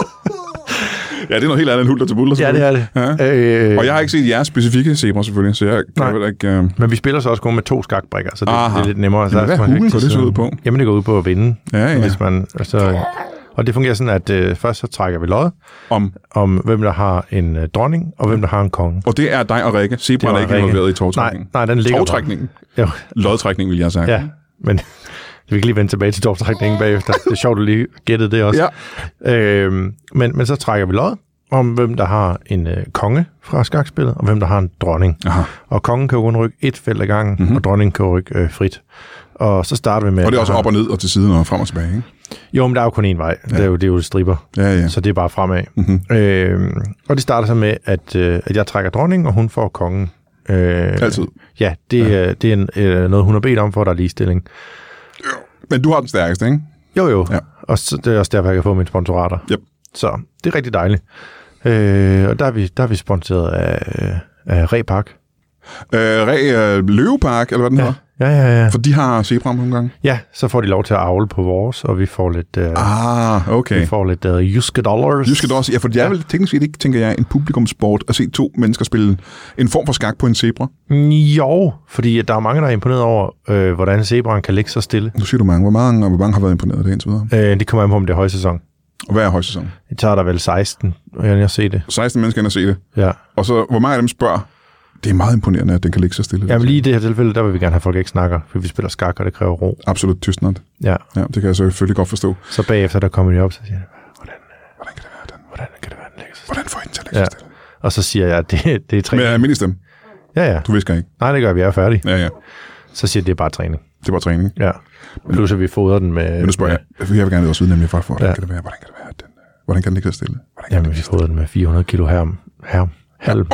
Ja, det er noget helt andet end hulter til bulter. Ja, det er det. Ja. Øh... Og jeg har ikke set jeres specifikke zebra, selvfølgelig, så jeg kan vel ikke... Uh... Men vi spiller så også kun med to skakbrikker, så det, det er lidt nemmere. Jamen, hvad hulen går det så ud på? Jamen, det går ud på at vinde. Ja, ja. Hvis man, altså, og det fungerer sådan, at øh, først så trækker vi lod om, om hvem der har en øh, dronning, og hvem der har en konge. Og det er dig og Rikke. Zebraen er ikke involveret i tovtrækningen. Nej, nej, den ligger tovtrækningen. Lodtrækningen, vil jeg sige. Ja, men vi kan lige vende tilbage til tovtrækningen bagefter. Det er sjovt, at lige gættede det også. Ja. Øhm, men, men så trækker vi lod om, hvem der har en øh, konge fra skakspillet, og hvem der har en dronning. Aha. Og kongen kan jo kun rykke et felt ad gangen, mm-hmm. og dronningen kan rykke øh, frit. Og så starter vi med... Og det er også op og ned og til siden og frem og tilbage, ikke? Jo, men der er jo kun én vej. Ja. Det er jo, det er jo striber. Ja, ja. Så det er bare fremad. Mm-hmm. Øh, og det starter så med, at, øh, at jeg trækker dronningen, og hun får kongen. Øh, Altid? Ja, det, ja. det er en, øh, noget, hun har bedt om, for der er ligestilling. Jo. Men du har den stærkeste, ikke? Jo, jo. Ja. Og så, det er også derfor, jeg kan få mine sponsorater. Yep. Så det er rigtig dejligt. Øh, og der er vi, der er vi sponsoreret af, af Reh Park. Øh, Reh øh, Løvepark, eller hvad den ja. hedder? Ja, ja, ja. For de har zebraer nogle gange? Ja, så får de lov til at avle på vores, og vi får lidt... Øh, ah, okay. Vi får lidt øh, jyske dollars. Jyske dollars, ja, for det er vel teknisk set ikke, tænker jeg, en publikumssport at se to mennesker spille en form for skak på en zebra? Jo, fordi der er mange, der er imponeret over, øh, hvordan zebraen kan ligge så stille. Nu siger du mange. Hvor mange, og hvor mange har været imponeret af det indtil videre? Øh, det kommer an på, om det er højsæson. Og hvad er højsæson? Det tager der vel seksten, jeg har set det. seksten mennesker ind og se det? Ja. Og så, hvor mange af dem spørger, det er meget imponerende, at den kan ligge så stille. Jamen lige i det her tilfælde, der vil vi gerne have, folk ikke snakker, for vi spiller skak, og det kræver ro. Absolut tystnad. Ja. Ja, det kan jeg selvfølgelig godt forstå. Så bagefter, der kommer de op, så siger jeg, hvordan, hvordan kan det være, den? Hvordan kan det være, den ligger så stille? Hvordan får I den til at ligge ja. så stille? Og så siger jeg, at det, det er træning. Med almindelig stemme? Ja, ja. Du visker ikke? Nej, det gør vi, jeg er færdig. Ja, ja. Så siger jeg, det er bare træning. Det er bare træning? Ja. Plus at vi fodrer den med... Men nu spørger jeg, jeg vil gerne også vide nemlig, for, hvordan ja. kan det være, hvordan kan det være, den, hvordan kan den ligge så stille? Jamen, vi fodrer den med fire hundrede kilo herm. Herm. Halm.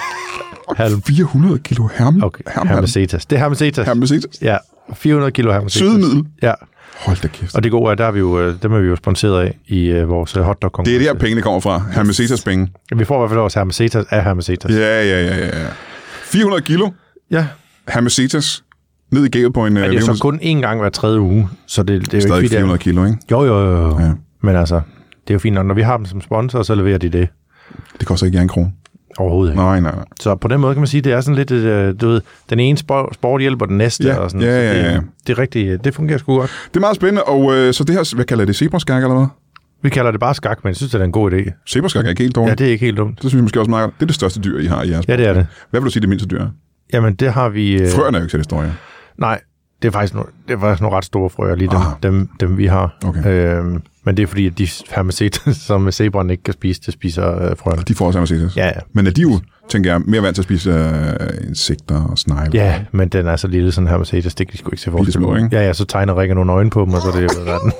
Halm. fire hundrede kilo herm? Okay, hermesetas. Det er hermesetas. Hermesetas? Ja, fire hundrede kilo hermesetas. Sødemiddel? Ja. Hold da kæft. Og det gode er, der er vi jo, dem er vi jo sponsoreret af i uh, vores hotdog-konkurrence. Det er der, pengene kommer fra. Hermesetas penge. Ja, vi får i hvert fald vores hermesetas af hermesetas. Ja, ja, ja, ja. fire hundrede kilo? Ja. Hermesetas ned i gævet på en... Men det er jo så kun én gang hver tredje uge, så det, det er jo stadig ikke... fire hundrede kilo, ikke? Jo, jo, jo. jo. Ja. Men altså, det er jo fint, når vi har dem som sponsor, så leverer de det. Det koster ikke en krone. Overhovedet ikke. Nej, nej, nej. Så på den måde kan man sige, at det er sådan lidt, et, du ved, den ene sport hjælper den næste. Ja, og sådan. ja, ja, ja. Det, det er rigtigt, det fungerer sgu godt. Det er meget spændende, og øh, så det her, hvad kalder det, zebraskak eller hvad? Vi kalder det bare skak, men jeg synes, det er en god idé. Zebraskak er ikke helt dårligt. Ja, det er ikke helt dumt. Det synes jeg måske også meget godt. Det er det største dyr, I har i jeres. Ja, det er det. Hvad vil du sige, det mindste dyr er? Jamen, det har vi... Øh... Frøerne er jo ikke så det store, ja. Nej, det er faktisk, no... det er faktisk nogle ret store frøer, lige dem, dem, dem vi har. Okay. Øhm, men det er fordi, at de hermesetas, som zebraen ikke kan spise, det spiser øh, frøerne. De får også hermesetas? Ja, ja. Men er de jo, tænker jeg, mere vant til at spise øh, insekter og snegle? Ja, men den er så lille, sådan hermesetas, det kan de sgu ikke se forskel små, ikke? Ja, ja, så tegner Rikke nogle øjne på dem, og så er det jo verden.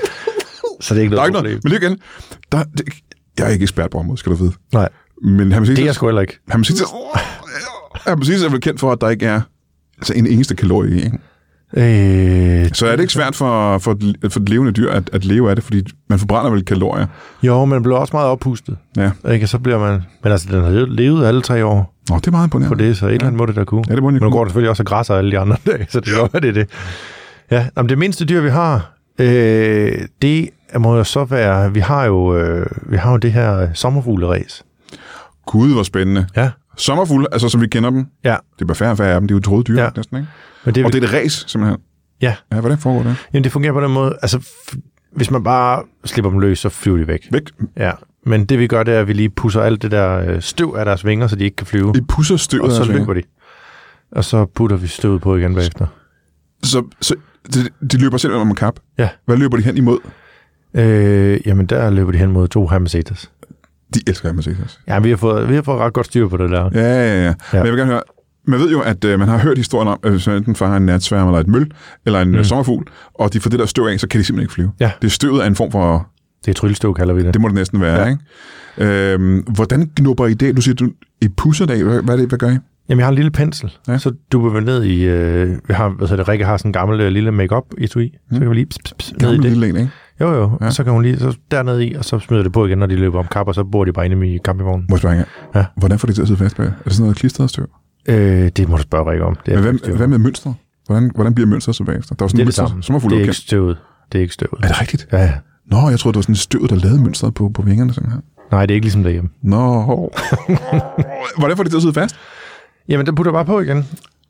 Så det er ikke noget der er ikke noget, men lige igen, der, det, jeg er ikke ekspert på området, skal du vide. Nej, men hermesetas, det er jeg sgu heller ikke. Hermesetas, hermesetas er vel kendt for, at der ikke er altså en eneste kalorie i, ikke? Øh, så er det ikke svært for, for, for det levende dyr at, at leve af det, fordi man forbrænder vel kalorier? Jo, men man bliver også meget oppustet. Ja. Ikke? Så bliver man... Men altså, den har levet alle tre år. Nå, det er meget imponerende. På det, så et eller andet må det der kunne. Ja, det må det men nu går det selvfølgelig også og græsser alle de andre dage, så det er godt, det er det. Ja, men det mindste dyr, vi har, øh, det må jo så være... Vi har jo, øh, vi har jo det her sommerfugleræs. Gud, hvor spændende. Ja. Sommerfugle, altså som vi kender dem. Ja. Det er bare færre og færre af dem. Det er jo troede dyr, ja. næsten, ikke? Men det, og det er et ræs, simpelthen. Ja. Ja, hvordan foregår det? Jamen, det fungerer på den måde. Altså, f- hvis man bare slipper dem løs, så flyver de væk. Væk? Ja. Men det vi gør, det er, at vi lige pusser alt det der støv af deres vinger, så de ikke kan flyve. I pusser støv og af så deres løber de. Og så putter vi støvet på igen bagefter. Så, så de, de løber selv om en kap? Ja. Hvad løber de hen imod? Øh, jamen, der løber de hen mod to hermesetas. De elsker hermesetas. Ja, vi har fået, vi har fået ret godt styr på det der. Ja, ja, ja. ja. Men jeg vil gerne høre, man ved jo, at øh, man har hørt historien om, at hvis man enten fanger en natsværm eller et møl, eller en mm. sommerfugl, og de får det der støv af, så kan de simpelthen ikke flyve. Ja. Det er støvet af en form for... Det er tryllestøv, kalder vi det. Det må det næsten være, ja. Ikke? Øhm, hvordan knupper I det? Du siger, du I pusser det. Hvad, hvad, er det, hvad gør I? Jamen, jeg har en lille pensel. Ja. Så duber vi ned i... Øh, vi har, hvad hedder det, Rikke har sådan en gammel øh, lille make-up etui. Mm. Så kan vi lige pss, pss, ned i det. Lille en, ikke? Jo, jo. Ja. Og så kan hun lige så dernede i, og så smider det på igen, når de løber om kap, og så bor de bare inde i campingvognen. Må jeg spørge, ja. Hvordan får de til at sidde fast bag? Er det sådan noget klistret støv? Øh, det må du spørge Rikke om. Det er Men hvad, hvad med mønstret? Hvordan, hvordan bliver mønstret så bagefter? Der er sådan det er mønster, det samme. Sommerfugl, det er ikke støvet. Det er ikke støvet. Er det rigtigt? Ja, ja. Nå, jeg troede, det var sådan et støv, der lavede mønstret på, på vingerne. Simpelthen. Nej, det er ikke ligesom derhjemme. Nå. Hvordan får de til at sidde fast? Jamen, det putter bare på igen.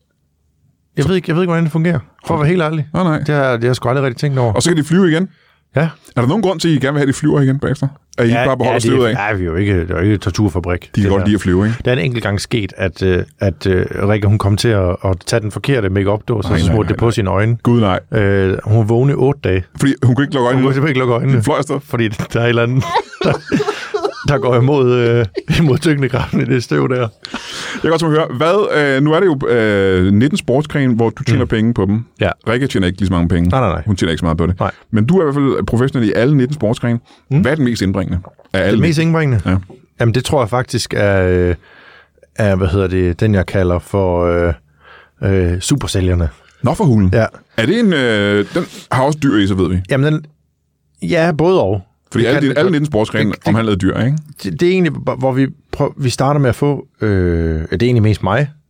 Jeg ved ikke, jeg ved ikke hvordan det fungerer. For at være helt ærlig. Nej, nej. Det har, det har jeg sgu aldrig rigtig tænkt over. Og så kan de flyve igen? Ja. Er der nogen grund til, at I gerne vil have, at de flyver igen bagefter? Er I ja, ikke bare beholder ja, støvet af? Nej, vi er jo ikke, det er jo ikke et torturfabrik. De kan godt lide at flyve, ikke? Der er en enkelt gang sket, at, at, at Rikke, hun kom til at, at tage den forkerte make-up-dåse, og så smurte det på sine øjne. Gud nej. Øh, hun vågnede i otte dage. Fordi hun kunne ikke lukke øjnene? Hun kunne simpelthen ikke lukke øjnene. Den fløj afsted? Fordi der er et eller andet, der, der går imod, øh, imod tyngdekraften i det støv der. Jeg kan godt høre, hvad, øh, nu er det jo øh, nitten sportsgren, hvor du tjener mm. penge på dem. Ja. Rikke tjener ikke lige så mange penge. Nej, nej, nej. Hun tjener ikke så meget på det. Nej. Men du er i hvert fald professionel i alle nitten sportsgren. Mm. Hvad er den mest indbringende? Af alle det mest indbringende? Ja. Jamen, det tror jeg faktisk er, er hvad hedder det, den jeg kalder for øh, øh, supersælgerne. Nå for hulen. Ja. Er det en, øh, den har også dyr i, så ved vi. Jamen, den, ja, både og. Fordi alle, kan, alle nitten sportsgrene omhandlede dyr, ikke? Det, det er egentlig, hvor vi, prøv, vi starter med at få, øh, det er egentlig mest mig,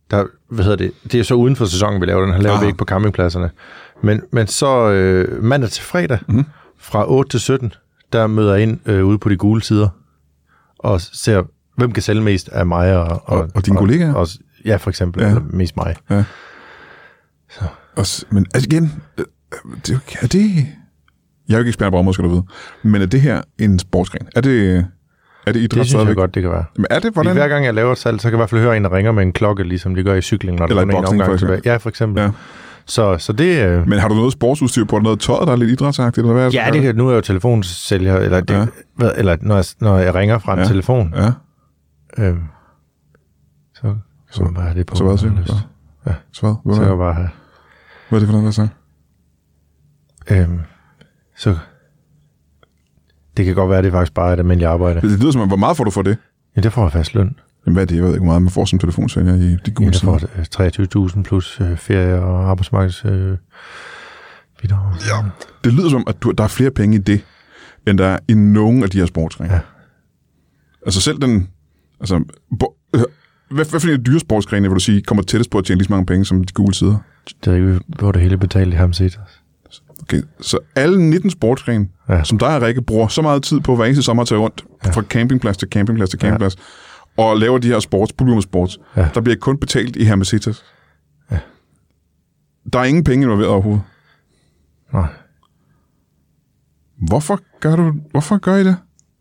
der, hvad hedder det, det er så uden for sæsonen, vi laver den. Han laver vi ikke på campingpladserne. Men, men så øh, mandag til fredag, mm. fra otte til sytten, der møder jeg ind øh, ude på de gule sider, og ser, hvem kan sælge mest af mig og... Og, og, og dine kollegaer? Og, ja, for eksempel. Ja. Eller mest mig. Ja. Så. Også, men altså igen, det, er det... Jeg er jo ikke ekspert på området, skal du vide. Men er det her en sportsgren? Er det... Er det idræt? Det synes jeg godt, det kan være. Men er det, hvordan? Hver gang jeg laver et salg, så kan jeg i hvert fald høre en, der ringer med en klokke, ligesom de gør i cykling, når der kommer en omgang tilbage. Ja, for eksempel. Ja. Så, så det... Øh... Men har du noget sportsudstyr på? Noget tøj, der er lidt idrætsagtigt? Eller hvad? Ja, det kan, nu er jeg jo telefonsælger, eller, det, ja. hvad, eller når, jeg, når jeg ringer fra en ja. telefon. Ja. Øhm, så så man bare have det på. Så hvad siger du? Ja. Så hvad? Hvad så jeg bare have... Hvad er det for noget, der så? Øhm, så... Det kan godt være, at det faktisk bare er et almindeligt arbejde. Det lyder som, hvor meget får du for det? Ja, det får jeg fast løn. Jamen hvad er det? Jeg ved ikke, hvor meget man får som telefonsælger i de gule sider. Ja, der får treogtyve tusind plus øh, ferie og arbejdsmarkeds øh, bidrag. Ja, det lyder som, at du, der er flere penge i det, end der er i nogen af de her sportsgrene. Ja. Altså selv den... Altså, bo, øh, hvad, hvad for en af dyre sportsgrene, vil du sige, kommer tættest på at tjene lige så mange penge som de gule sider? Det er ikke, hvor det hele betalt i Hamsetas. Okay, så alle nitten sportsgrene, ja. som dig og Rikke bruger så meget tid på hver eneste sommer at tage rundt, ja. fra campingplads til campingplads til campingplads, ja. og laver de her sports, publikumssports, ja. der bliver kun betalt i Hermesitas. Ja. Der er ingen penge involveret overhovedet. Nej. Hvorfor gør du, hvorfor gør I det?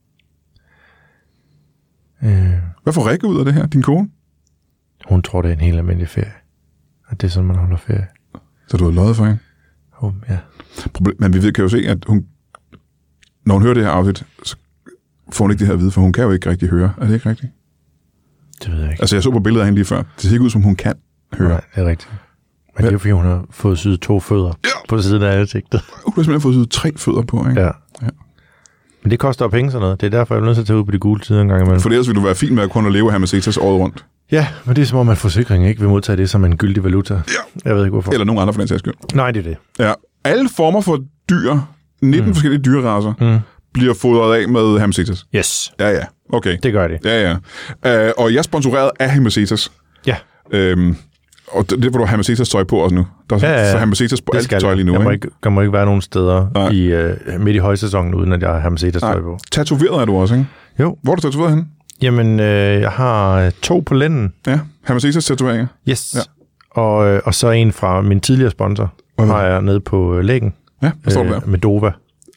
Øh. Hvad får Rikke ud af det her, din kone? Hun tror, det er en helt almindelig ferie. At det er sådan, man holder ferie. Så du har løjet for hende? Oh, ja. Men vi kan jo se, at hun, når hun hører det her afsnit, så får hun ikke det her at vide, for hun kan jo ikke rigtig høre. Er det ikke rigtigt? Det ved jeg ikke. Altså, jeg så på billedet af hende lige før. Det ser ikke ud, som hun kan høre. Nej, det er rigtigt. Men ja. det er jo, fordi hun har fået syet to fødder ja. på siden af ansigtet. Hun har simpelthen fået syet tre fødder på, ikke? Ja. ja. Men det koster jo penge sådan noget. Det er derfor, jeg er nødt til at tage ud på de gule sider en gang imellem. For ellers vil du være fin med at kunne leve her med Cetas året rundt. Ja, men det er som om, at forsikringen ikke vil modtage det som en gyldig valuta. Ja. Jeg ved ikke, hvorfor. Eller nogen andre for den sags skyld. Nej, det er det. Ja. Alle former for dyr, nitten mm. forskellige dyreracer, mm. bliver fodret af med Hermesitas. Yes. Ja, ja. Okay. Det gør det. Ja, ja. Uh, og jeg er sponsoreret af Hermesitas. Ja. Øhm, og det, det får du Hermesitas tøj på også nu. Der er ja, ja. så Hermesitas på alt tøj lige nu. Der må ikke, ikke, må ikke være nogen steder i, uh, midt i højsæsonen, uden at jeg har Hermesitas tøj på. Tatoveret er du også, ikke? Jo. Hvor er du tatoveret henne? Jamen, øh, jeg har to på lænden. Ja, Hermesitas tatoveringer. Yes. Ja. Og, øh, og så en fra min tidligere sponsor, okay. har jeg nede på øh, læggen. Ja, hvad står øh, der? Medova.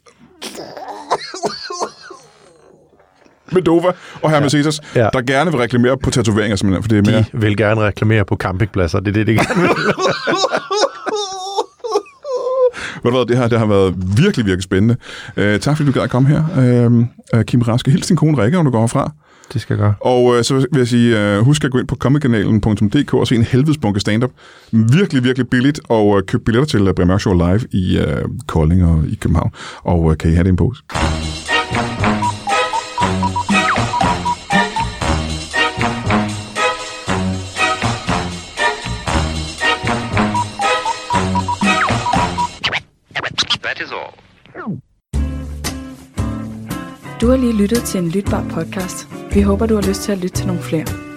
Medova og Hermesitas, ja. Ja. der gerne vil reklamere på tatoveringer, simpelthen, for det er mere... De vil gerne reklamere på campingpladser, det er det, de gerne vil. Ved du hvad, det her det har været virkelig, virkelig spændende. Uh, tak fordi du gad at komme her. Uh, uh, Kim Raske, hils din kone Rikke, om du går herfra. Det skal jeg gøre. Og uh, så vil jeg sige, uh, husk at gå ind på comedykanalen punktum d k og se en helvedesbunke stand-up. Virkelig, virkelig billigt, og uh, køb billetter til uh, Brian Mørk Show live i uh, Kolding og i København. Og uh, kan I have det i en pose? Du har lige lyttet til en lytbar podcast. Vi håber, du har lyst til at lytte til nogle flere.